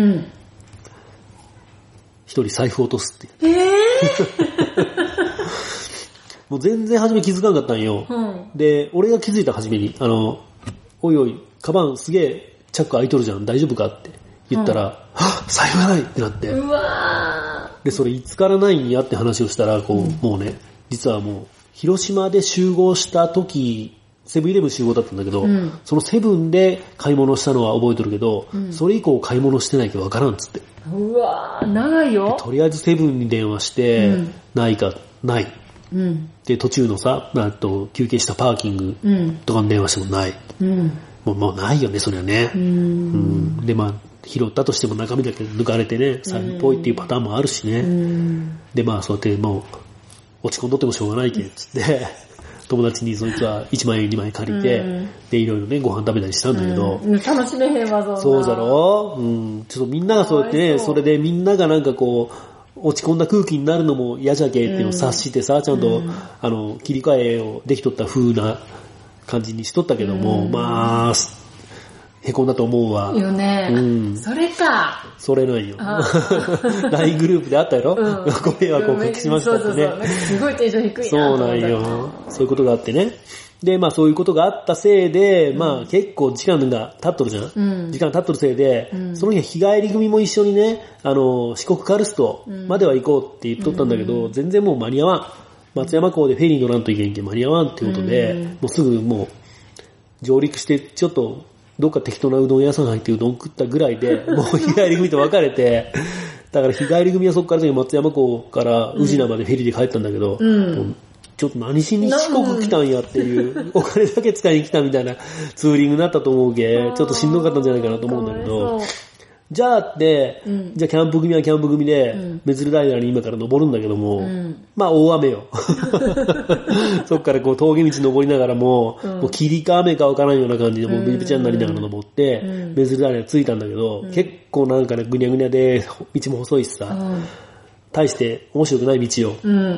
一人財布落とすっていう。えーもう全然初め気づかなかったんよ。うん、で、俺が気づいた初めに、あの、おいおい、カバンすげえチャック開いとるじゃん、大丈夫かって言ったら、うん、はっ財布がないってなって。うわで、それいつからないんやって話をしたら、こう、うん、もうね、実はもう、広島で集合した時、セブンイレブン集合だったんだけど、うん、そのセブンで買い物したのは覚えてるけど、うん、それ以降買い物してないけどわからんっつって。 うわ長いよ。 とりあえずセブンに電話して、うん、ないか、ない。うん、で途中のさ、あと休憩したパーキングとかに電話してもない、うん、もうもうないよねそれはね、うんうん、でまあ拾ったとしても中身だけ抜かれてね財布っぽいっていうパターンもあるしね、うん、でまあそうやってもう落ち込んどってもしょうがないけんつって友達にそいつはいちまんえんにまんえん借りて、うん、でいろいろねご飯食べたりしたんだけど、 うん、楽しめへんわそんなそうだろう、うん、ちょっとみんながそうやってね そ, それでみんながなんかこう落ち込んだ空気になるのも嫌じゃけっていうのを察してさ、うん、ちゃんと、うん、あの切り替えをできとった風な感じにしとったけども、うん、まあへこんだと思うわよね、うん、それかそれなんよライン グループであったやろ、うん、ご迷惑をおかけしましたってね、そうそうそうすごいテンション低いなそうなんよそういうことがあってねで、まあそういうことがあったせいで、うん、まあ結構時間が経っとるじゃん、うん、時間経っとるせいで、うん、その日は日帰り組も一緒にね、あの、四国カルストまでは行こうって言っとったんだけど、うん、全然もう間に合わん。松山港でフェリー乗らんといけんけん間に合わんっていうことで、うん、もうすぐもう上陸してちょっとどっか適当なうどん屋さん入ってうどん食ったぐらいで、もう日帰り組と別れて、だから日帰り組はそこから松山港から宇品までフェリーで帰ったんだけど、うんちょっと何しに四国来たんやっていう、お金だけ使いに来たみたいなツーリングになったと思うけ、ちょっとしんどかったんじゃないかなと思うんだけど、じゃあって、うん、じゃあキャンプ組はキャンプ組で、うん、メズルダイナーに今から登るんだけども、うん、まあ大雨よ。そっからこう峠道登りながらも、うん、もう霧か雨かわからんような感じで、もうブリブチャになりながら登って、うん、メズルダイナー着いたんだけど、うん、結構なんかね、ぐにゃぐにゃで、道も細いしさ、うん、大して面白くない道よ。うんうん、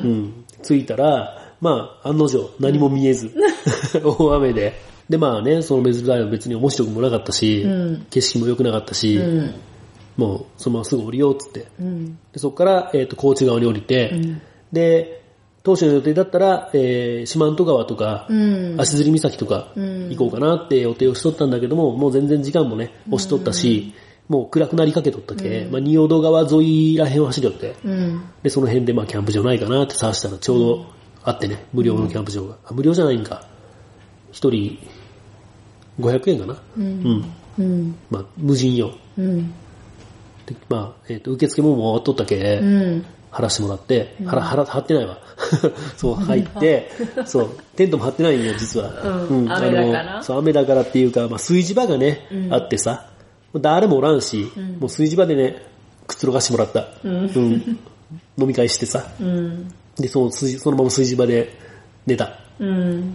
着いたら、まあ、案の定、何も見えず、大雨で。で、まあね、そのメズルダイナー別に面白くもなかったし、うん、景色も良くなかったし、うん、もう、そのまますぐ降りようっつって。うん、でそこから、えっと、高知側に降りて、うん、で、当初の予定だったら、えー、四万十川とか、うん、足摺岬とか、行こうかなって予定をしとったんだけども、もう全然時間もね、押しとったし、うん、もう暗くなりかけとったけ、うん、まあ、仁淀川沿いらへんを走りよって、うん、で、その辺でまあ、キャンプ場ないかなって探したら、ちょうど、あってね、無料のキャンプ場が。あ、無料じゃないんか。一人、ごひゃくえんかな。うん。うん。まあ、無人よ。うん。で、まあ、えっ、ー、と、受付ももう終わっとったけ、うん、払らしてもらって、うん、払、払、払ってないわ。そう、入って、そう、テントも張ってないんよ、実は。 うん。うん、雨だからそう、雨だからっていうか、まあ、炊事場がね、うん、あってさ、誰もおらんし、うん、もう炊事場でね、くつろがしてもらった。うん。うん、飲み会してさ。うん。で、その、そのまま炊事場で寝た。うん。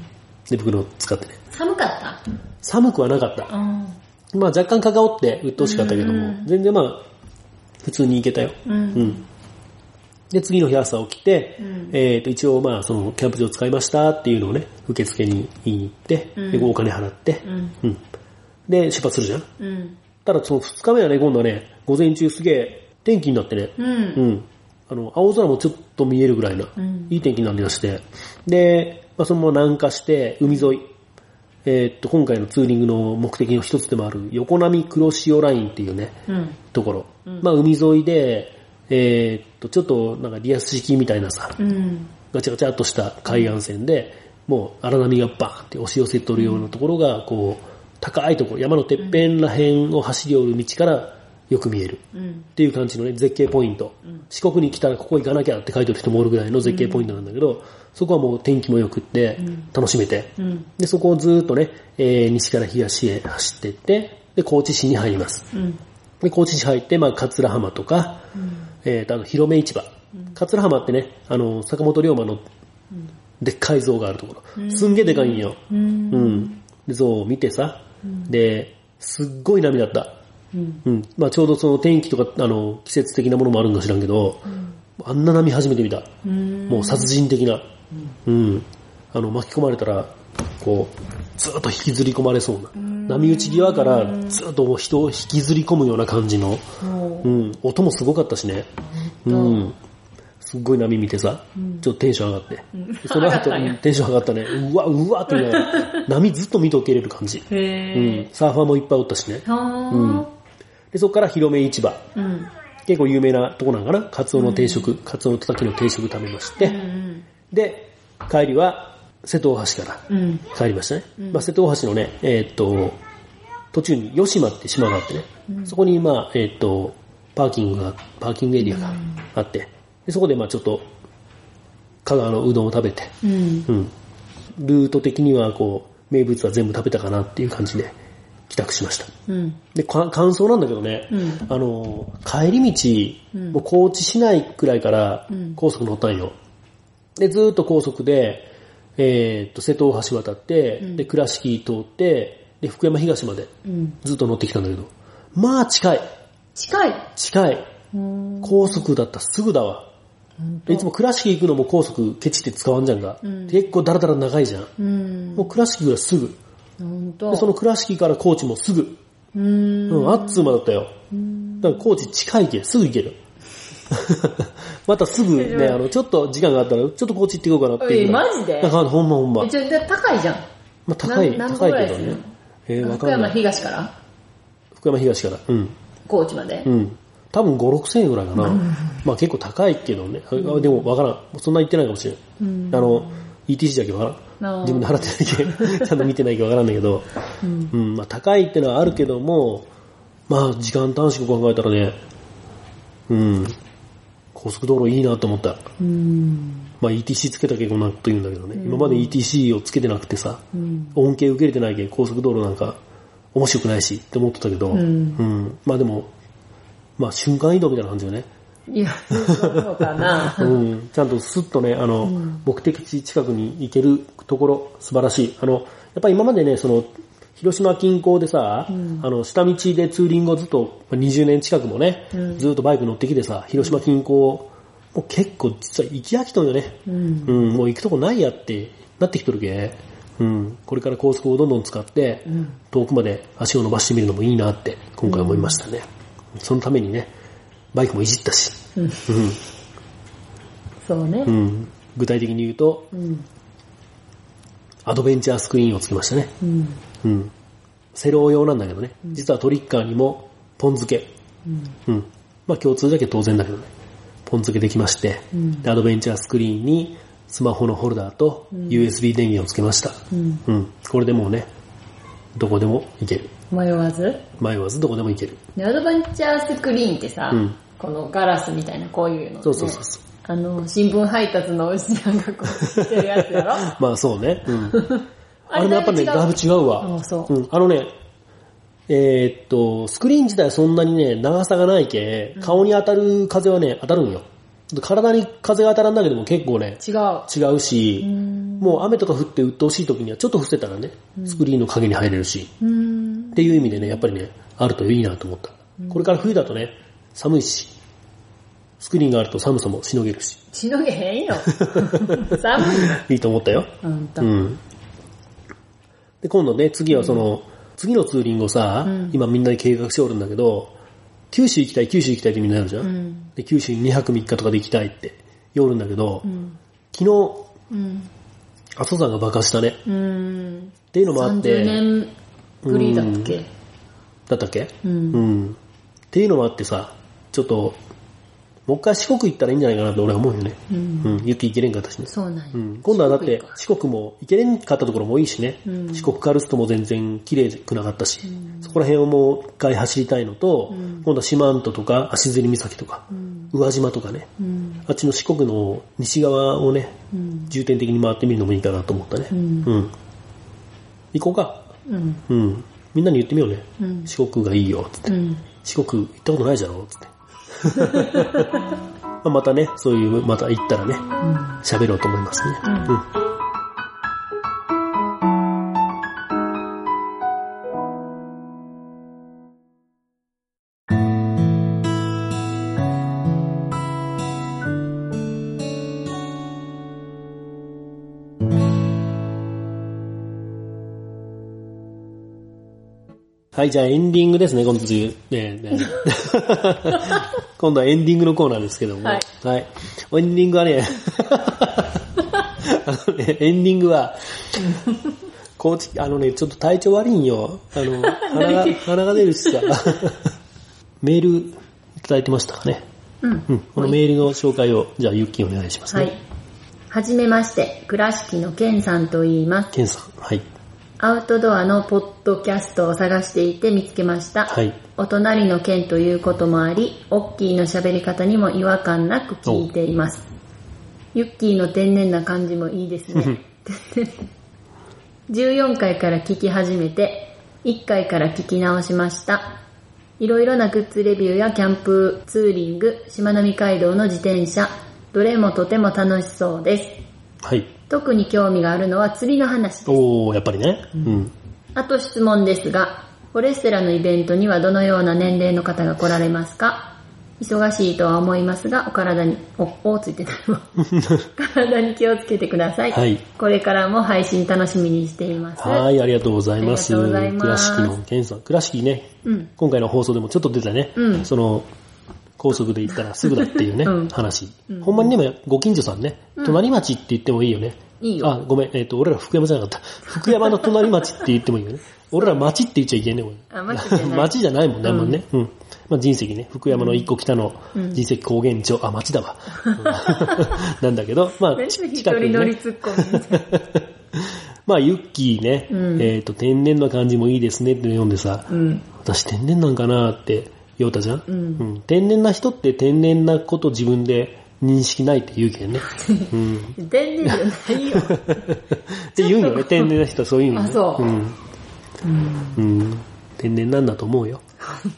で、袋を使ってね。 寒かった？ 寒くはなかった。うん、まあ若干かかおって鬱陶しかったけども、全然まあ、普通に行けたよ。うん。うん、で、次の日朝起きて、うん、えっと、一応まあ、その、キャンプ場使いましたっていうのをね、受付に言いに行って、うん、で、お金払って、うん。うん。で、出発するじゃん。うん。ただその二日目はね、今度はね、午前中すげえ天気になってね、うん。うんあの、青空もちょっと見えるぐらいな、うん、いい天気になりまして、で、まあ、そのまま南下して、海沿い、 えー、っと、今回のツーリングの目的の一つでもある横波黒潮ラインっていうね、うん、ところ。うん、まあ、海沿いで、えー、っと、ちょっとなんかリアス式みたいなさ、うん、ガチャガチャっとした海岸線で、もう荒波がバーンって押し寄せとるようなところが、こう、高いところ、山のてっぺんら辺を走り寄る道からよく見える。っていう感じのね、絶景ポイント。うん、四国に来たらここ行かなきゃって書いてる人もおるぐらいの絶景ポイントなんだけど、うん、そこはもう天気も良くって楽しめて、うん、でそこをずーっとね、えー、西から東へ走っていって、で高知市に入ります。うん、で高知市入って、まあ、桂浜とか、うん、えー、とあの広め市場、うん、桂浜ってね、あの坂本龍馬のでっかい像があるところ、うん、すんげえでかいんよ。うん、うん、で像を見てさ、うん、ですっごい波だった。うんうん、まあちょうどその天気とかあの季節的なものもあるんか知らんけど、うん、あんな波初めて見た。うもう殺人的な、うんうん、あの巻き込まれたらこうずっと引きずり込まれそうな、波打ち際からずっと人を引きずり込むような感じの、うん、音もすごかったしね、うん、すっごい波見てさ、ちょっとテンション上がって、うん、その後テンション上がったね、うわうわって言いながら波ずっと見とけれる感じ、うん、サーファーもいっぱいおったしね、うんでそこから広め市場、うん、結構有名なとこなんかな、カツオの定食、うん、カツオのたたきの定食食べまして、うん、で帰りは瀬戸大橋から帰りましたね、うんまあ、瀬戸大橋のね、えー、っと途中に吉島って島があってね、うん、そこにまあえー、っとパーキングがパーキングエリアがあって、でそこでまあちょっと香川のうどんを食べて、うんうん、ルート的にはこう名物は全部食べたかなっていう感じで帰宅しました。うん、で、感想なんだけどね、うん、あの、帰り道、うん、もう高知市内くらいから高速乗ったんよ。で、ずーっと高速で、えー、っと、瀬戸大橋渡って、うん、で、倉敷通って、で、福山東までずっと乗ってきたんだけど、うん、まあ近い。 近い近い。高速だったらすぐだわ。でいつも倉敷行くのも高速ケチって使わんじゃんか。うん、結構ダラダラ長いじゃん。うん、もう倉敷ぐらいすぐ。でその倉敷から高知もすぐ。うーん。うん、あっつーまだったよ。だから高知近いけ、すぐ行ける。またすぐね、あの、ちょっと時間があったら、ちょっと高知行っていこうかなっていう。 え、マジで？ なんかほんまほんま。 え、ちょ、高いじゃん。 まあ高い、高いけどね。 えー、わかんない。福山東から福山東から。うん。 高知までうん。多分ご、ろくせんえんぐらいかな。うん、まあ結構高いけどね。うん、でもわからん。そんな言ってないかもしれん。うん、あの、イーティーシー だけわからん。自分で払ってないけちゃんと見てないかわからんだけど、うんうん、まあ高いってのはあるけども、まあ時間短縮考えたらね、うん、高速道路いいなと思った。うん、まあ イーティーシー つけたけどなと言うんだけどね、うん、今まで イーティーシー をつけてなくてさ、うん、恩恵受けれてないけど高速道路なんか面白くないしって思ってたけど、うんうん、まあでも、まあ瞬間移動みたいな感じよね。 いや、そうかな。 うん、ちゃんとスッとね、あの、うん、目的地近くに行けるところ、素晴らしい。あの、やっぱり今までね、その、広島近郊でさ、うん、あの、下道でツーリングをずっと、にじゅうねん近くもね、うん、ずっとバイク乗ってきてさ、広島近郊、もう結構実は行き飽きとんよね。うん、うん、もう行くとこないやってなってきとるけ。うん、これから高速をどんどん使って、うん、遠くまで足を伸ばしてみるのもいいなって、今回思いましたね。うん、そのためにね、バイクもいじったし、うんうん、 そうね、 うん、具体的に言うと、うん、アドベンチャースクリーンをつけましたね、うんうん、セロー用なんだけどね、うん、実はトリッカーにもポン付け、うんうん、まあ共通だけ当然だけどね、ポン付けできまして、うん、でアドベンチャースクリーンにスマホのホルダーと ユーエスビー 電源をつけました、うんうん、これでもうねどこでも行ける、 迷わず迷わずどこでも行ける。 でアドベンチャースクリーンってさ、うん、このガラスみたいなこういうの、ね、 そうそうそうそう、 あの新聞配達のおじさんがこうしてるやつやろまあそうね、うん、あれもやっぱねだいぶ違うわ。 あ, そう、 うん、あのねえー、っとスクリーン自体そんなにね長さがないけ、顔に当たる風はね当たるんよ。体に風が当たらんだけでも結構ね違う違うし、うもう雨とか降って鬱陶しい時にはちょっと伏せたらね、スクリーンの影に入れるし、うっていう意味でねやっぱりねあるといいなと思った。これから冬だとね寒いしスクリーンがあると寒さもしのげるし。 しのげへんよ寒いいいと思ったよ。うん、で今度ね次はその、うん、次のツーリングをさ、うん、今みんなで計画しておるんだけど、九州行きたい九州行きたいってみんなやるじゃん、うん、で九州ににはくみっかとかで行きたいって言おるんだけど、うん、昨日、うん、阿蘇山が爆発したね。うんっていうのもあって。 さんじゅうねんぶりだっけ、うん、 だったっけ、 うん、 うん。っていうのもあってさ、ちょっと、もう一回四国行ったらいいんじゃないかなと俺は思うよね。うん。うん、雪行けれんかったしね。 そうなんや。 うん。今度はだって四国も行けれんかったところも多いしね。うん、四国カルストも全然綺麗くなかったし、うん、そこら辺をもう一回走りたいのと、うん、今度は四万十とか足摺岬とか、うん、宇和島とかね、うん、あっちの四国の西側をね、うん、重点的に回ってみるのもいいかなと思ったね。うん。うん、行こうか。うん。うん。みんなに言ってみようね。うん、四国がいいよ、つって、うん。四国行ったことないじゃろ、つって。またね、そういう、また行ったらね、喋、うん、ろうと思いますね。うんうん、はい、じゃあエンディングですね、今度、ねね、今度はエンディングのコーナーですけども。はい。はい、エンディングはね、あのね、エンディングは、コーチ、あのね、ちょっと体調悪いんよ。あの、鼻が、鼻が出るしさ。メールいただいてましたかね。うん。うん。このメールの紹介を、じゃあ、ゆっきーお願いしますね。はい。 はじめまして、倉敷のケンさんと言います。 ケンさん、はい。 アウトドアのポッドキャストを探していて見つけました。はい。お隣の県ということもあり、オッキーの喋り方にも違和感なく聞いています。ユッキーの天然な感じもいいですね。じゅうよんかいから聞き始めて、いっかいから聞き直しました。いろいろなグッズレビューやキャンプ、ツーリング、しまなみ海道の自転車、どれもとても楽しそうです。はい。特に興味があるのは釣りの話です。 おー、やっぱりね。うん。 あと質問ですが、フォレステラのイベントにはどのような年齢の方が来られますか？忙しいとは思いますが、お体に、お、おついてたの体に気をつけてください。はい。これからも配信楽しみにしています。 はい、ありがとうございます。ありがとうございます。倉敷のケンさん。倉敷ね、うん、今回の放送でもちょっと出たね。うん。その、高速で行ったらすぐだっていうね、うん、話、うん。ほんまにでもご近所さんね、うん、隣町って言ってもいいよね。いいよ。あ、ごめん、えっ、ー、と、俺ら福山じゃなかった。福山の隣町って言ってもいいよね。俺ら町って言っちゃいけんね、これ。あ、町じゃない。町じゃないもんね、うん、あんまね。うん。まあ、人石ね、福山の一個北の人石高原町、うん、あ、町だわ。なんだけど、まあ、近くに、ね。乗りツッコミみたいな。まあ、ユッキーね、うん、えっ、ー、と、天然な感じもいいですねって読んでさ、うん、私天然なんかなって言おうたじゃん、うんうん。天然な人って天然なこと自分で認識ないって言うけどね。 うん、天然じゃないよ。 って言うよね、天然な人はそういうのね。あ、そう。うん。うん、天然なんだと思うよ。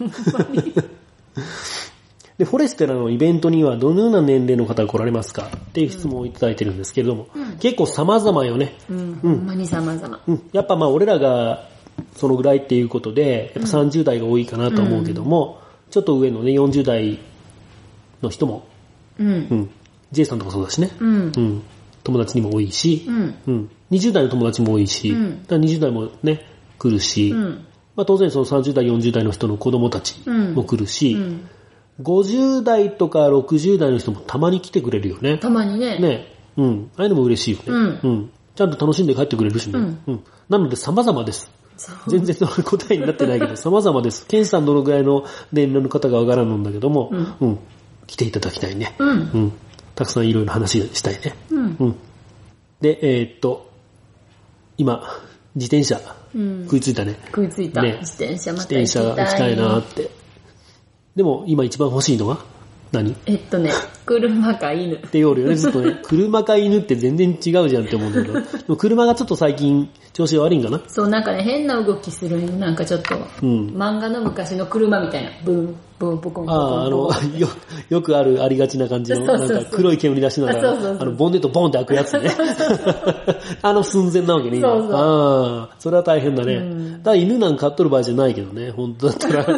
で、フォレステラのイベントにはどのような年齢の方が来られますかっていう質問をいただいてるんですけれども、うん、結構様々よね。 うん、ほんまに様々。 うん。やっぱまあ俺らがそのぐらいっていうことで、やっぱさんじゅう代が多いかなと思うけども、うん、ちょっと上のね、よんじゅう代の人も、うん。うん。J さんとかそうだしね。うん。うん。友達にも多いし、うん。うん。にじゅう代の友達も多いし、うん、だからにじゅう代もね、来るし、うん、まあ当然そのさんじゅう代、よんじゅう代の人の子供たちも来るし、うんうん、ごじゅう代とかろくじゅう代の人もたまに来てくれるよね。 たまにね。 ね。うん。ああいうのも嬉しいよね。うん。うん。ちゃんと楽しんで帰ってくれるしね。うん。うん、なので様々です。全然その答えになってないけど、様々です。ケンさんどのぐらいの年齢の方がわからんのんだけども、うん、うん。来ていただきたいね。うん。うん。たくさんいろいろ話したいね。うん。うん。で、えー、っと、今、自転車、うん、食いついたね。 食いついた。ね、自転車また行きたい。自転車行きたいなって。でも、今一番欲しいのは何？ えっとね、車か犬。 って言うよね、ずっとね。車か犬って全然違うじゃんって思うんだけど。でも車がちょっと最近調子悪いんかな？ そう、なんかね、変な動きするんなんかちょっと、うん、漫画の昔の車みたいな。ブン、ブン、ポコン、ポコン。 ああ、あの、よ、よくあるありがちな感じの、そうそうそう、なんか黒い煙出しながら、そうそうそう、あの、ボンネットボンって開くやつね。あの寸前なわけね、今。そうそう、ああ、それは大変だね。うん、だから犬なんか飼っとる場合じゃないけどね、本当だったら。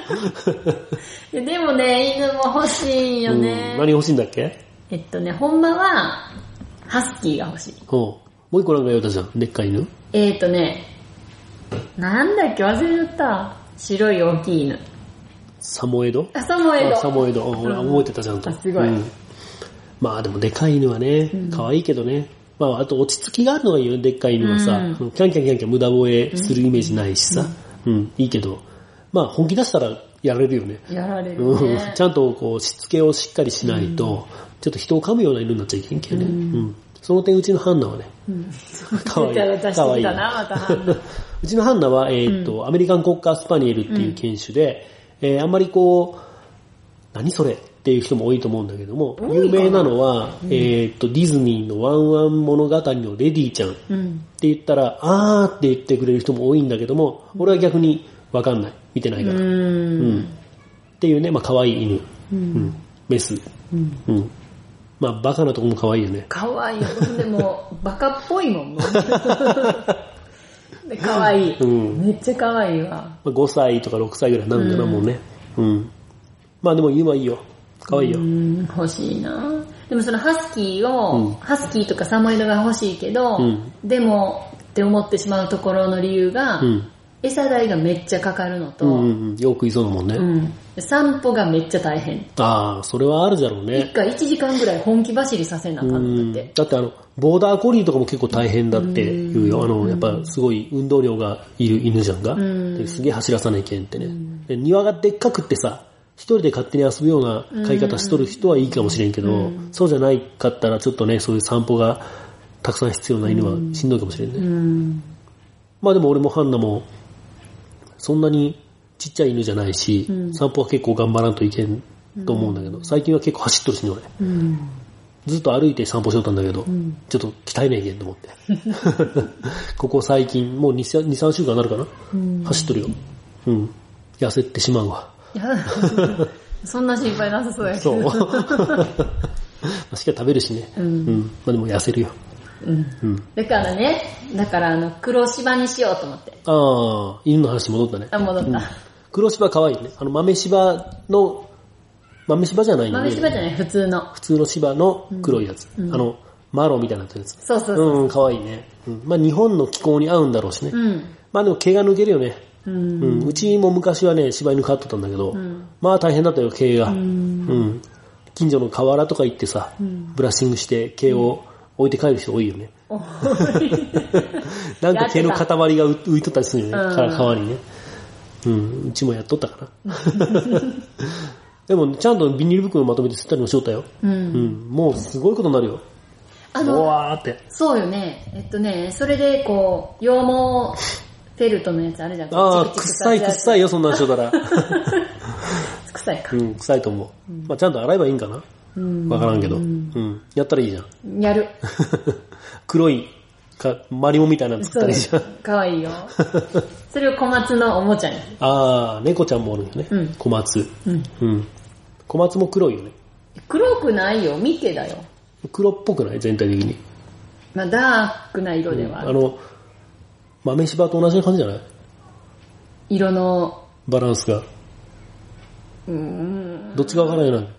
でもね、犬も欲しいよね、 うん。何欲しいんだっけ？ えっとね、ほんまは、ハスキーが欲しい。 ほう。もう一個なんか言うたじゃん、でっかい犬。 えっとね、なんだっけ忘れちゃった。白い大きい犬。 サモエド？ あ、サモエド。 サモエド。ほら、覚えてたじゃんと。 あ、すごい。うん、 まあでもでかい犬はね、可愛いけどね。 まあ、あと落ち着きがあるのがいいよね、でっかい犬はさ、うん、キャンキャンキャンキャン無駄吠えするイメージないしさ、うん、うん、いいけど、まあ本気出したらやられるよね。 やられるね。 うん、ちゃんとこうしつけをしっかりしないと、うん、ちょっと人を噛むような犬になっちゃいけんけどね。うんうん、その点うちのハンナはね、うん、かわいい。かわいい。うちのハンナは、えーっと、うん、アメリカンコッカースパニエルっていう犬種で、うん、えー、あんまりこう、何それっていう人も多いと思うんだけども、有名なのは、うん、えーっと、ディズニーのワンワン物語のレディちゃんって言ったら、うん、あーって言ってくれる人も多いんだけども、俺は逆にわかんない。見てないから。うん。うん、っていうね、まあ可愛い犬。うん。うん、メス。うん。うん。まあバカなとこも可愛いよね。 可愛いよ。でも、バカっぽいもんね。可愛い。うん。めっちゃ可愛いわ。 ごさいとかろくさいぐらいなんだな、うん、もうね。うん。まあでも犬はいいよ。可愛いよ。うん、 欲しいな。でもそのハスキーを、うん、ハスキーとかサモエドが欲しいけど、うん、でもって思ってしまうところの理由が、うん、餌代がめっちゃかかるのと、うんうんうん、よくいそうだもんね、うん。 散歩がめっちゃ大変。 ああ、それはあるだろうね。 一回いちじかんぐらい本気走りさせなあかんって。 だってあの、ボーダーコリーとかも結構大変だって言うよ。あの、やっぱすごい運動量がいる犬じゃんが。ですげえ走らさないけんってね。で庭がでっかくってさ、一人で勝手に遊ぶような飼い方しとる人はいいかもしれんけど、うん、そうじゃないかったらちょっとね、そういう散歩がたくさん必要な犬はしんどいかもしれんね。うん、まあでも俺もハンナもそんなにちっちゃい犬じゃないし、うん、散歩は結構頑張らんといけんと思うんだけど、最近は結構走っとるしね俺、うん、ずっと歩いて散歩しとったんだけど、うん、ちょっと鍛えねえけんと思ってここ最近もう にさんしゅうかんになるかな、うん、走っとるよ。うん、痩せてしまうわ。 そんな心配なさそうやけど。そう。しっかり食べるしね。うん。うん、まあでも痩せるよ。 うん。うん、だからね、だからあの、黒芝にしようと思って。 ああ、犬の話戻ったね。 あ、戻った。うん、 黒芝可愛いね。あの、豆芝の、豆芝じゃないんだね。豆芝じゃない、普通の。 普通の芝の黒いやつ。うん、あの、マロみたいなやつ。 そうそうそう。 うん、可愛いね。うん。まあ日本の気候に合うんだろうしね。うん。まあでも毛が抜けるよね。うんうん、うちも昔はね、柴犬飼っとったんだけど、うん、まあ大変だったよ、毛が、うんうん。近所の河原とか行ってさ、うん、ブラッシングして毛を置いて帰る人多いよね。うん、なんか毛の塊が浮いとったりするよね、川にね、うん。うちもやっとったかな。でもちゃんとビニール袋まとめて吸ったりもしとったよ。うんうん、もうすごいことになるよ。 あの、 わーって。 そうよね。えっとね、それでこう、羊毛、フェルトのやつあるじゃん。 ああ、臭い臭いよ、そんなんしょうたら。 臭いか。 うん、臭いと思う。うん、まあちゃんと洗えばいいんかな。わからんけど、うん。うん。やったらいいじゃん。やる。 黒い、か、マリモみたいなの作ったらいいじゃん。 かわいいよ。それを小松のおもちゃに。 ああ、猫ちゃんもおるよね。うん、小松。うん。うん。小松も黒いよね。 黒くないよ、ミケだよ。 黒っぽくない全体的に。 まあダークな色ではある。 うん、あの、豆柴と同じ感じじゃない？ 色のバランスが。うーん。どっちがわからないな。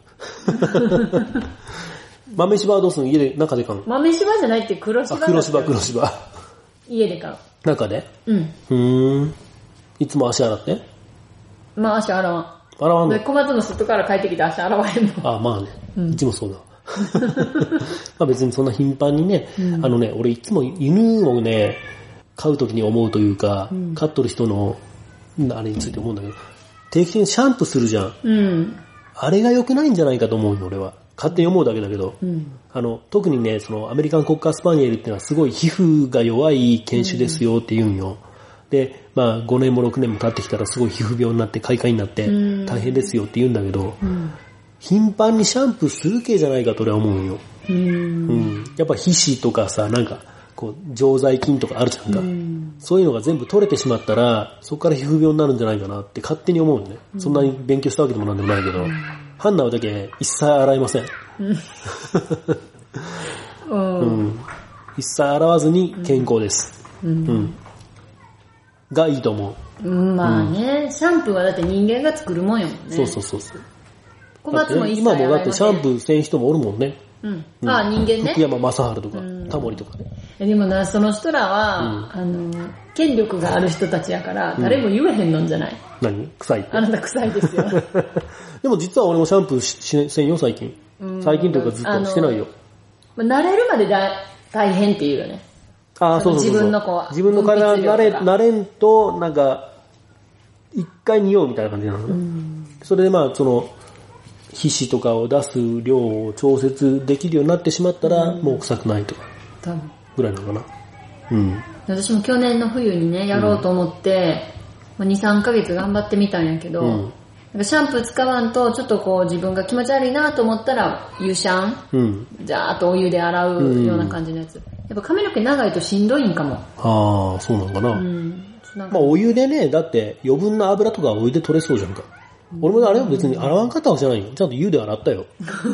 豆柴はどうするの？家で中で買うの？ 豆柴じゃないって黒柴だ。 あ、黒柴、黒柴。 家で買う。 中で？ うん。 うーん。いつも足洗って？ まあ足洗わん。 洗わんの？ で、小松の外から帰ってきて足洗わへんの。 あ、まあね。うん、うちもそうだ。まあ別にそんな頻繁にね、うん、あのね、俺いつも犬をね、飼うときに思うというか、うん、飼っとる人の、あれについて思うんだけど、定期的にシャンプーするじゃん。うん、あれが良くないんじゃないかと思うよ、俺は。勝手に思うだけだけど、うん、あの、特にね、そのアメリカンコッカースパニエルっていうのはすごい皮膚が弱い犬種ですよって言うんよ。うん、で、まあごねんもろくねんも経ってきたらすごい皮膚病になって快快になって大変ですよって言うんだけど、うん、頻繁にシャンプーする系じゃないかと俺は思うよ。うん、うん、やっぱ皮脂とかさ、なんか、こう常在菌とかあるじゃんか、うん、そういうのが全部取れてしまったらそこから皮膚病になるんじゃないかなって勝手に思うのね、うん、そんなに勉強したわけでもなんでもないけど、うん、ハンナはだけ一切洗いません、うんうん、一切洗わずに健康です、うんうん、がいいと思う、うん、まあね、うん、シャンプーはだって人間が作るもんやもんね。 そうそうそうそう。 小松も一切洗いません。 今もだってシャンプーせん人もおるもんね。 うん。うん、ああ、人間ね。 福山雅治とか、タモリとかね。 でもな、その人らは、うん、あの、権力がある人たちやから、誰も言えへんのんじゃない、 うん、何臭いって。 あなた臭いですよ。 でも実は俺もシャンプーしせんよ、最近。うん、最近というかずっとしてないよ。 慣れるまでだ大変っていうよね。 ああ、そうそうそう。 自分のこう、 自分の体慣れ、慣れんと、なんか、一回匂うみたいな感じなのね。うん、それでまあ、その、皮脂とかを出す量を調節できるようになってしまったら、うん、もう臭くないとか。多分。ぐらいなのかな。うん。 私も去年の冬にね、やろうと思って、うん、に、さんかげつ頑張ってみたんやけど、うん、なんかシャンプー使わんと、ちょっとこう自分が気持ち悪いなと思ったら、湯シャン、うん、じゃーっとお湯で洗うような感じのやつ。うん、やっぱ髪の毛長いとしんどいんかも。 ああ、そうなのかな。うん、まあお湯でね、だって余分な油とかお湯で取れそうじゃんか。うん、俺もあれは別に洗わん方はじゃないよ。ちゃんと湯で洗ったよ。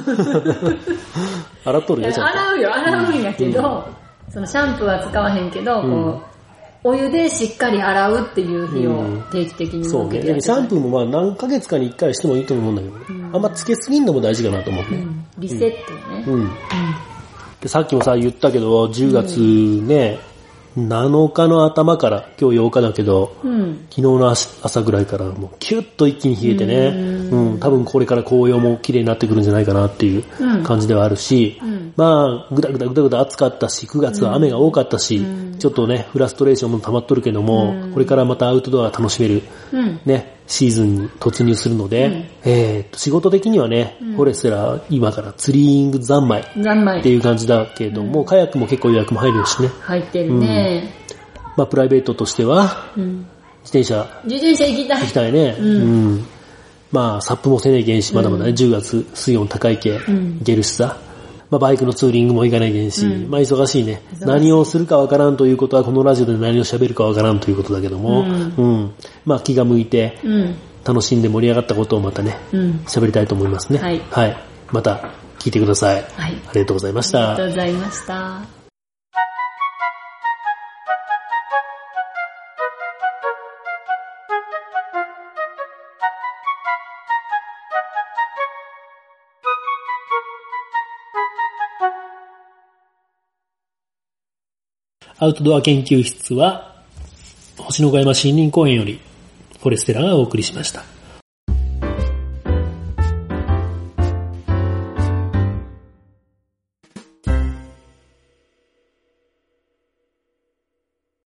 洗っとるよ、ちゃんと。 洗うよ、洗うんやけど、うん、そのシャンプーは使わへんけど、うん、こう、お湯でしっかり洗うっていう日を定期的に設けてやって、うん、そうね。 シャンプーもまあ何ヶ月かにいっかいしてもいいと思うんだけどね。うん、あんまつけすぎんのも大事かなと思うね。うん、 リセットね。うん。うん、 でさっきもさ、言ったけど、じゅうがつね、なのかの頭から、今日ようかだけど、うん、昨日の朝ぐらいからもうキュッと一気に冷えてね、うん、多分これから紅葉も綺麗になってくるんじゃないかなっていう感じではあるし、うん、まあ、ぐだぐだぐだぐだ暑かったし、くがつは雨が多かったし、うん、ちょっとね、フラストレーションも溜まっとるけども、うん、これからまたアウトドア楽しめる、うん、ね、シーズンに突入するので、うん、えー、っと、仕事的にはね、うん、フォレステラ今からツリーイング三昧っていう感じだけども、うん、カヤックも結構予約も入るしね。 入ってるね。 うん、まあ、プライベートとしては、うん、自転車。 自転車行きたい。 行きたいね。うん。うん、まあ、サップもせねえけんし、まだまだね、うん、じゅうがつ水温高いけ、うん、行けるしさ。まあ、バイクのツーリングも行かないけんし、うん、まあ、忙しいね。何をするかわからんということは、このラジオで何を喋るかわからんということだけども、うん。うん、まあ、気が向いて、うん楽しんで盛り上がったことをまたね、喋、うん、りたいと思いますね。はい。はい。また聞いてください。はい。ありがとうございました。 ありがとうございました。 アウトドア研究室は、星の小山森林公園よりフォレステラがお送りしました。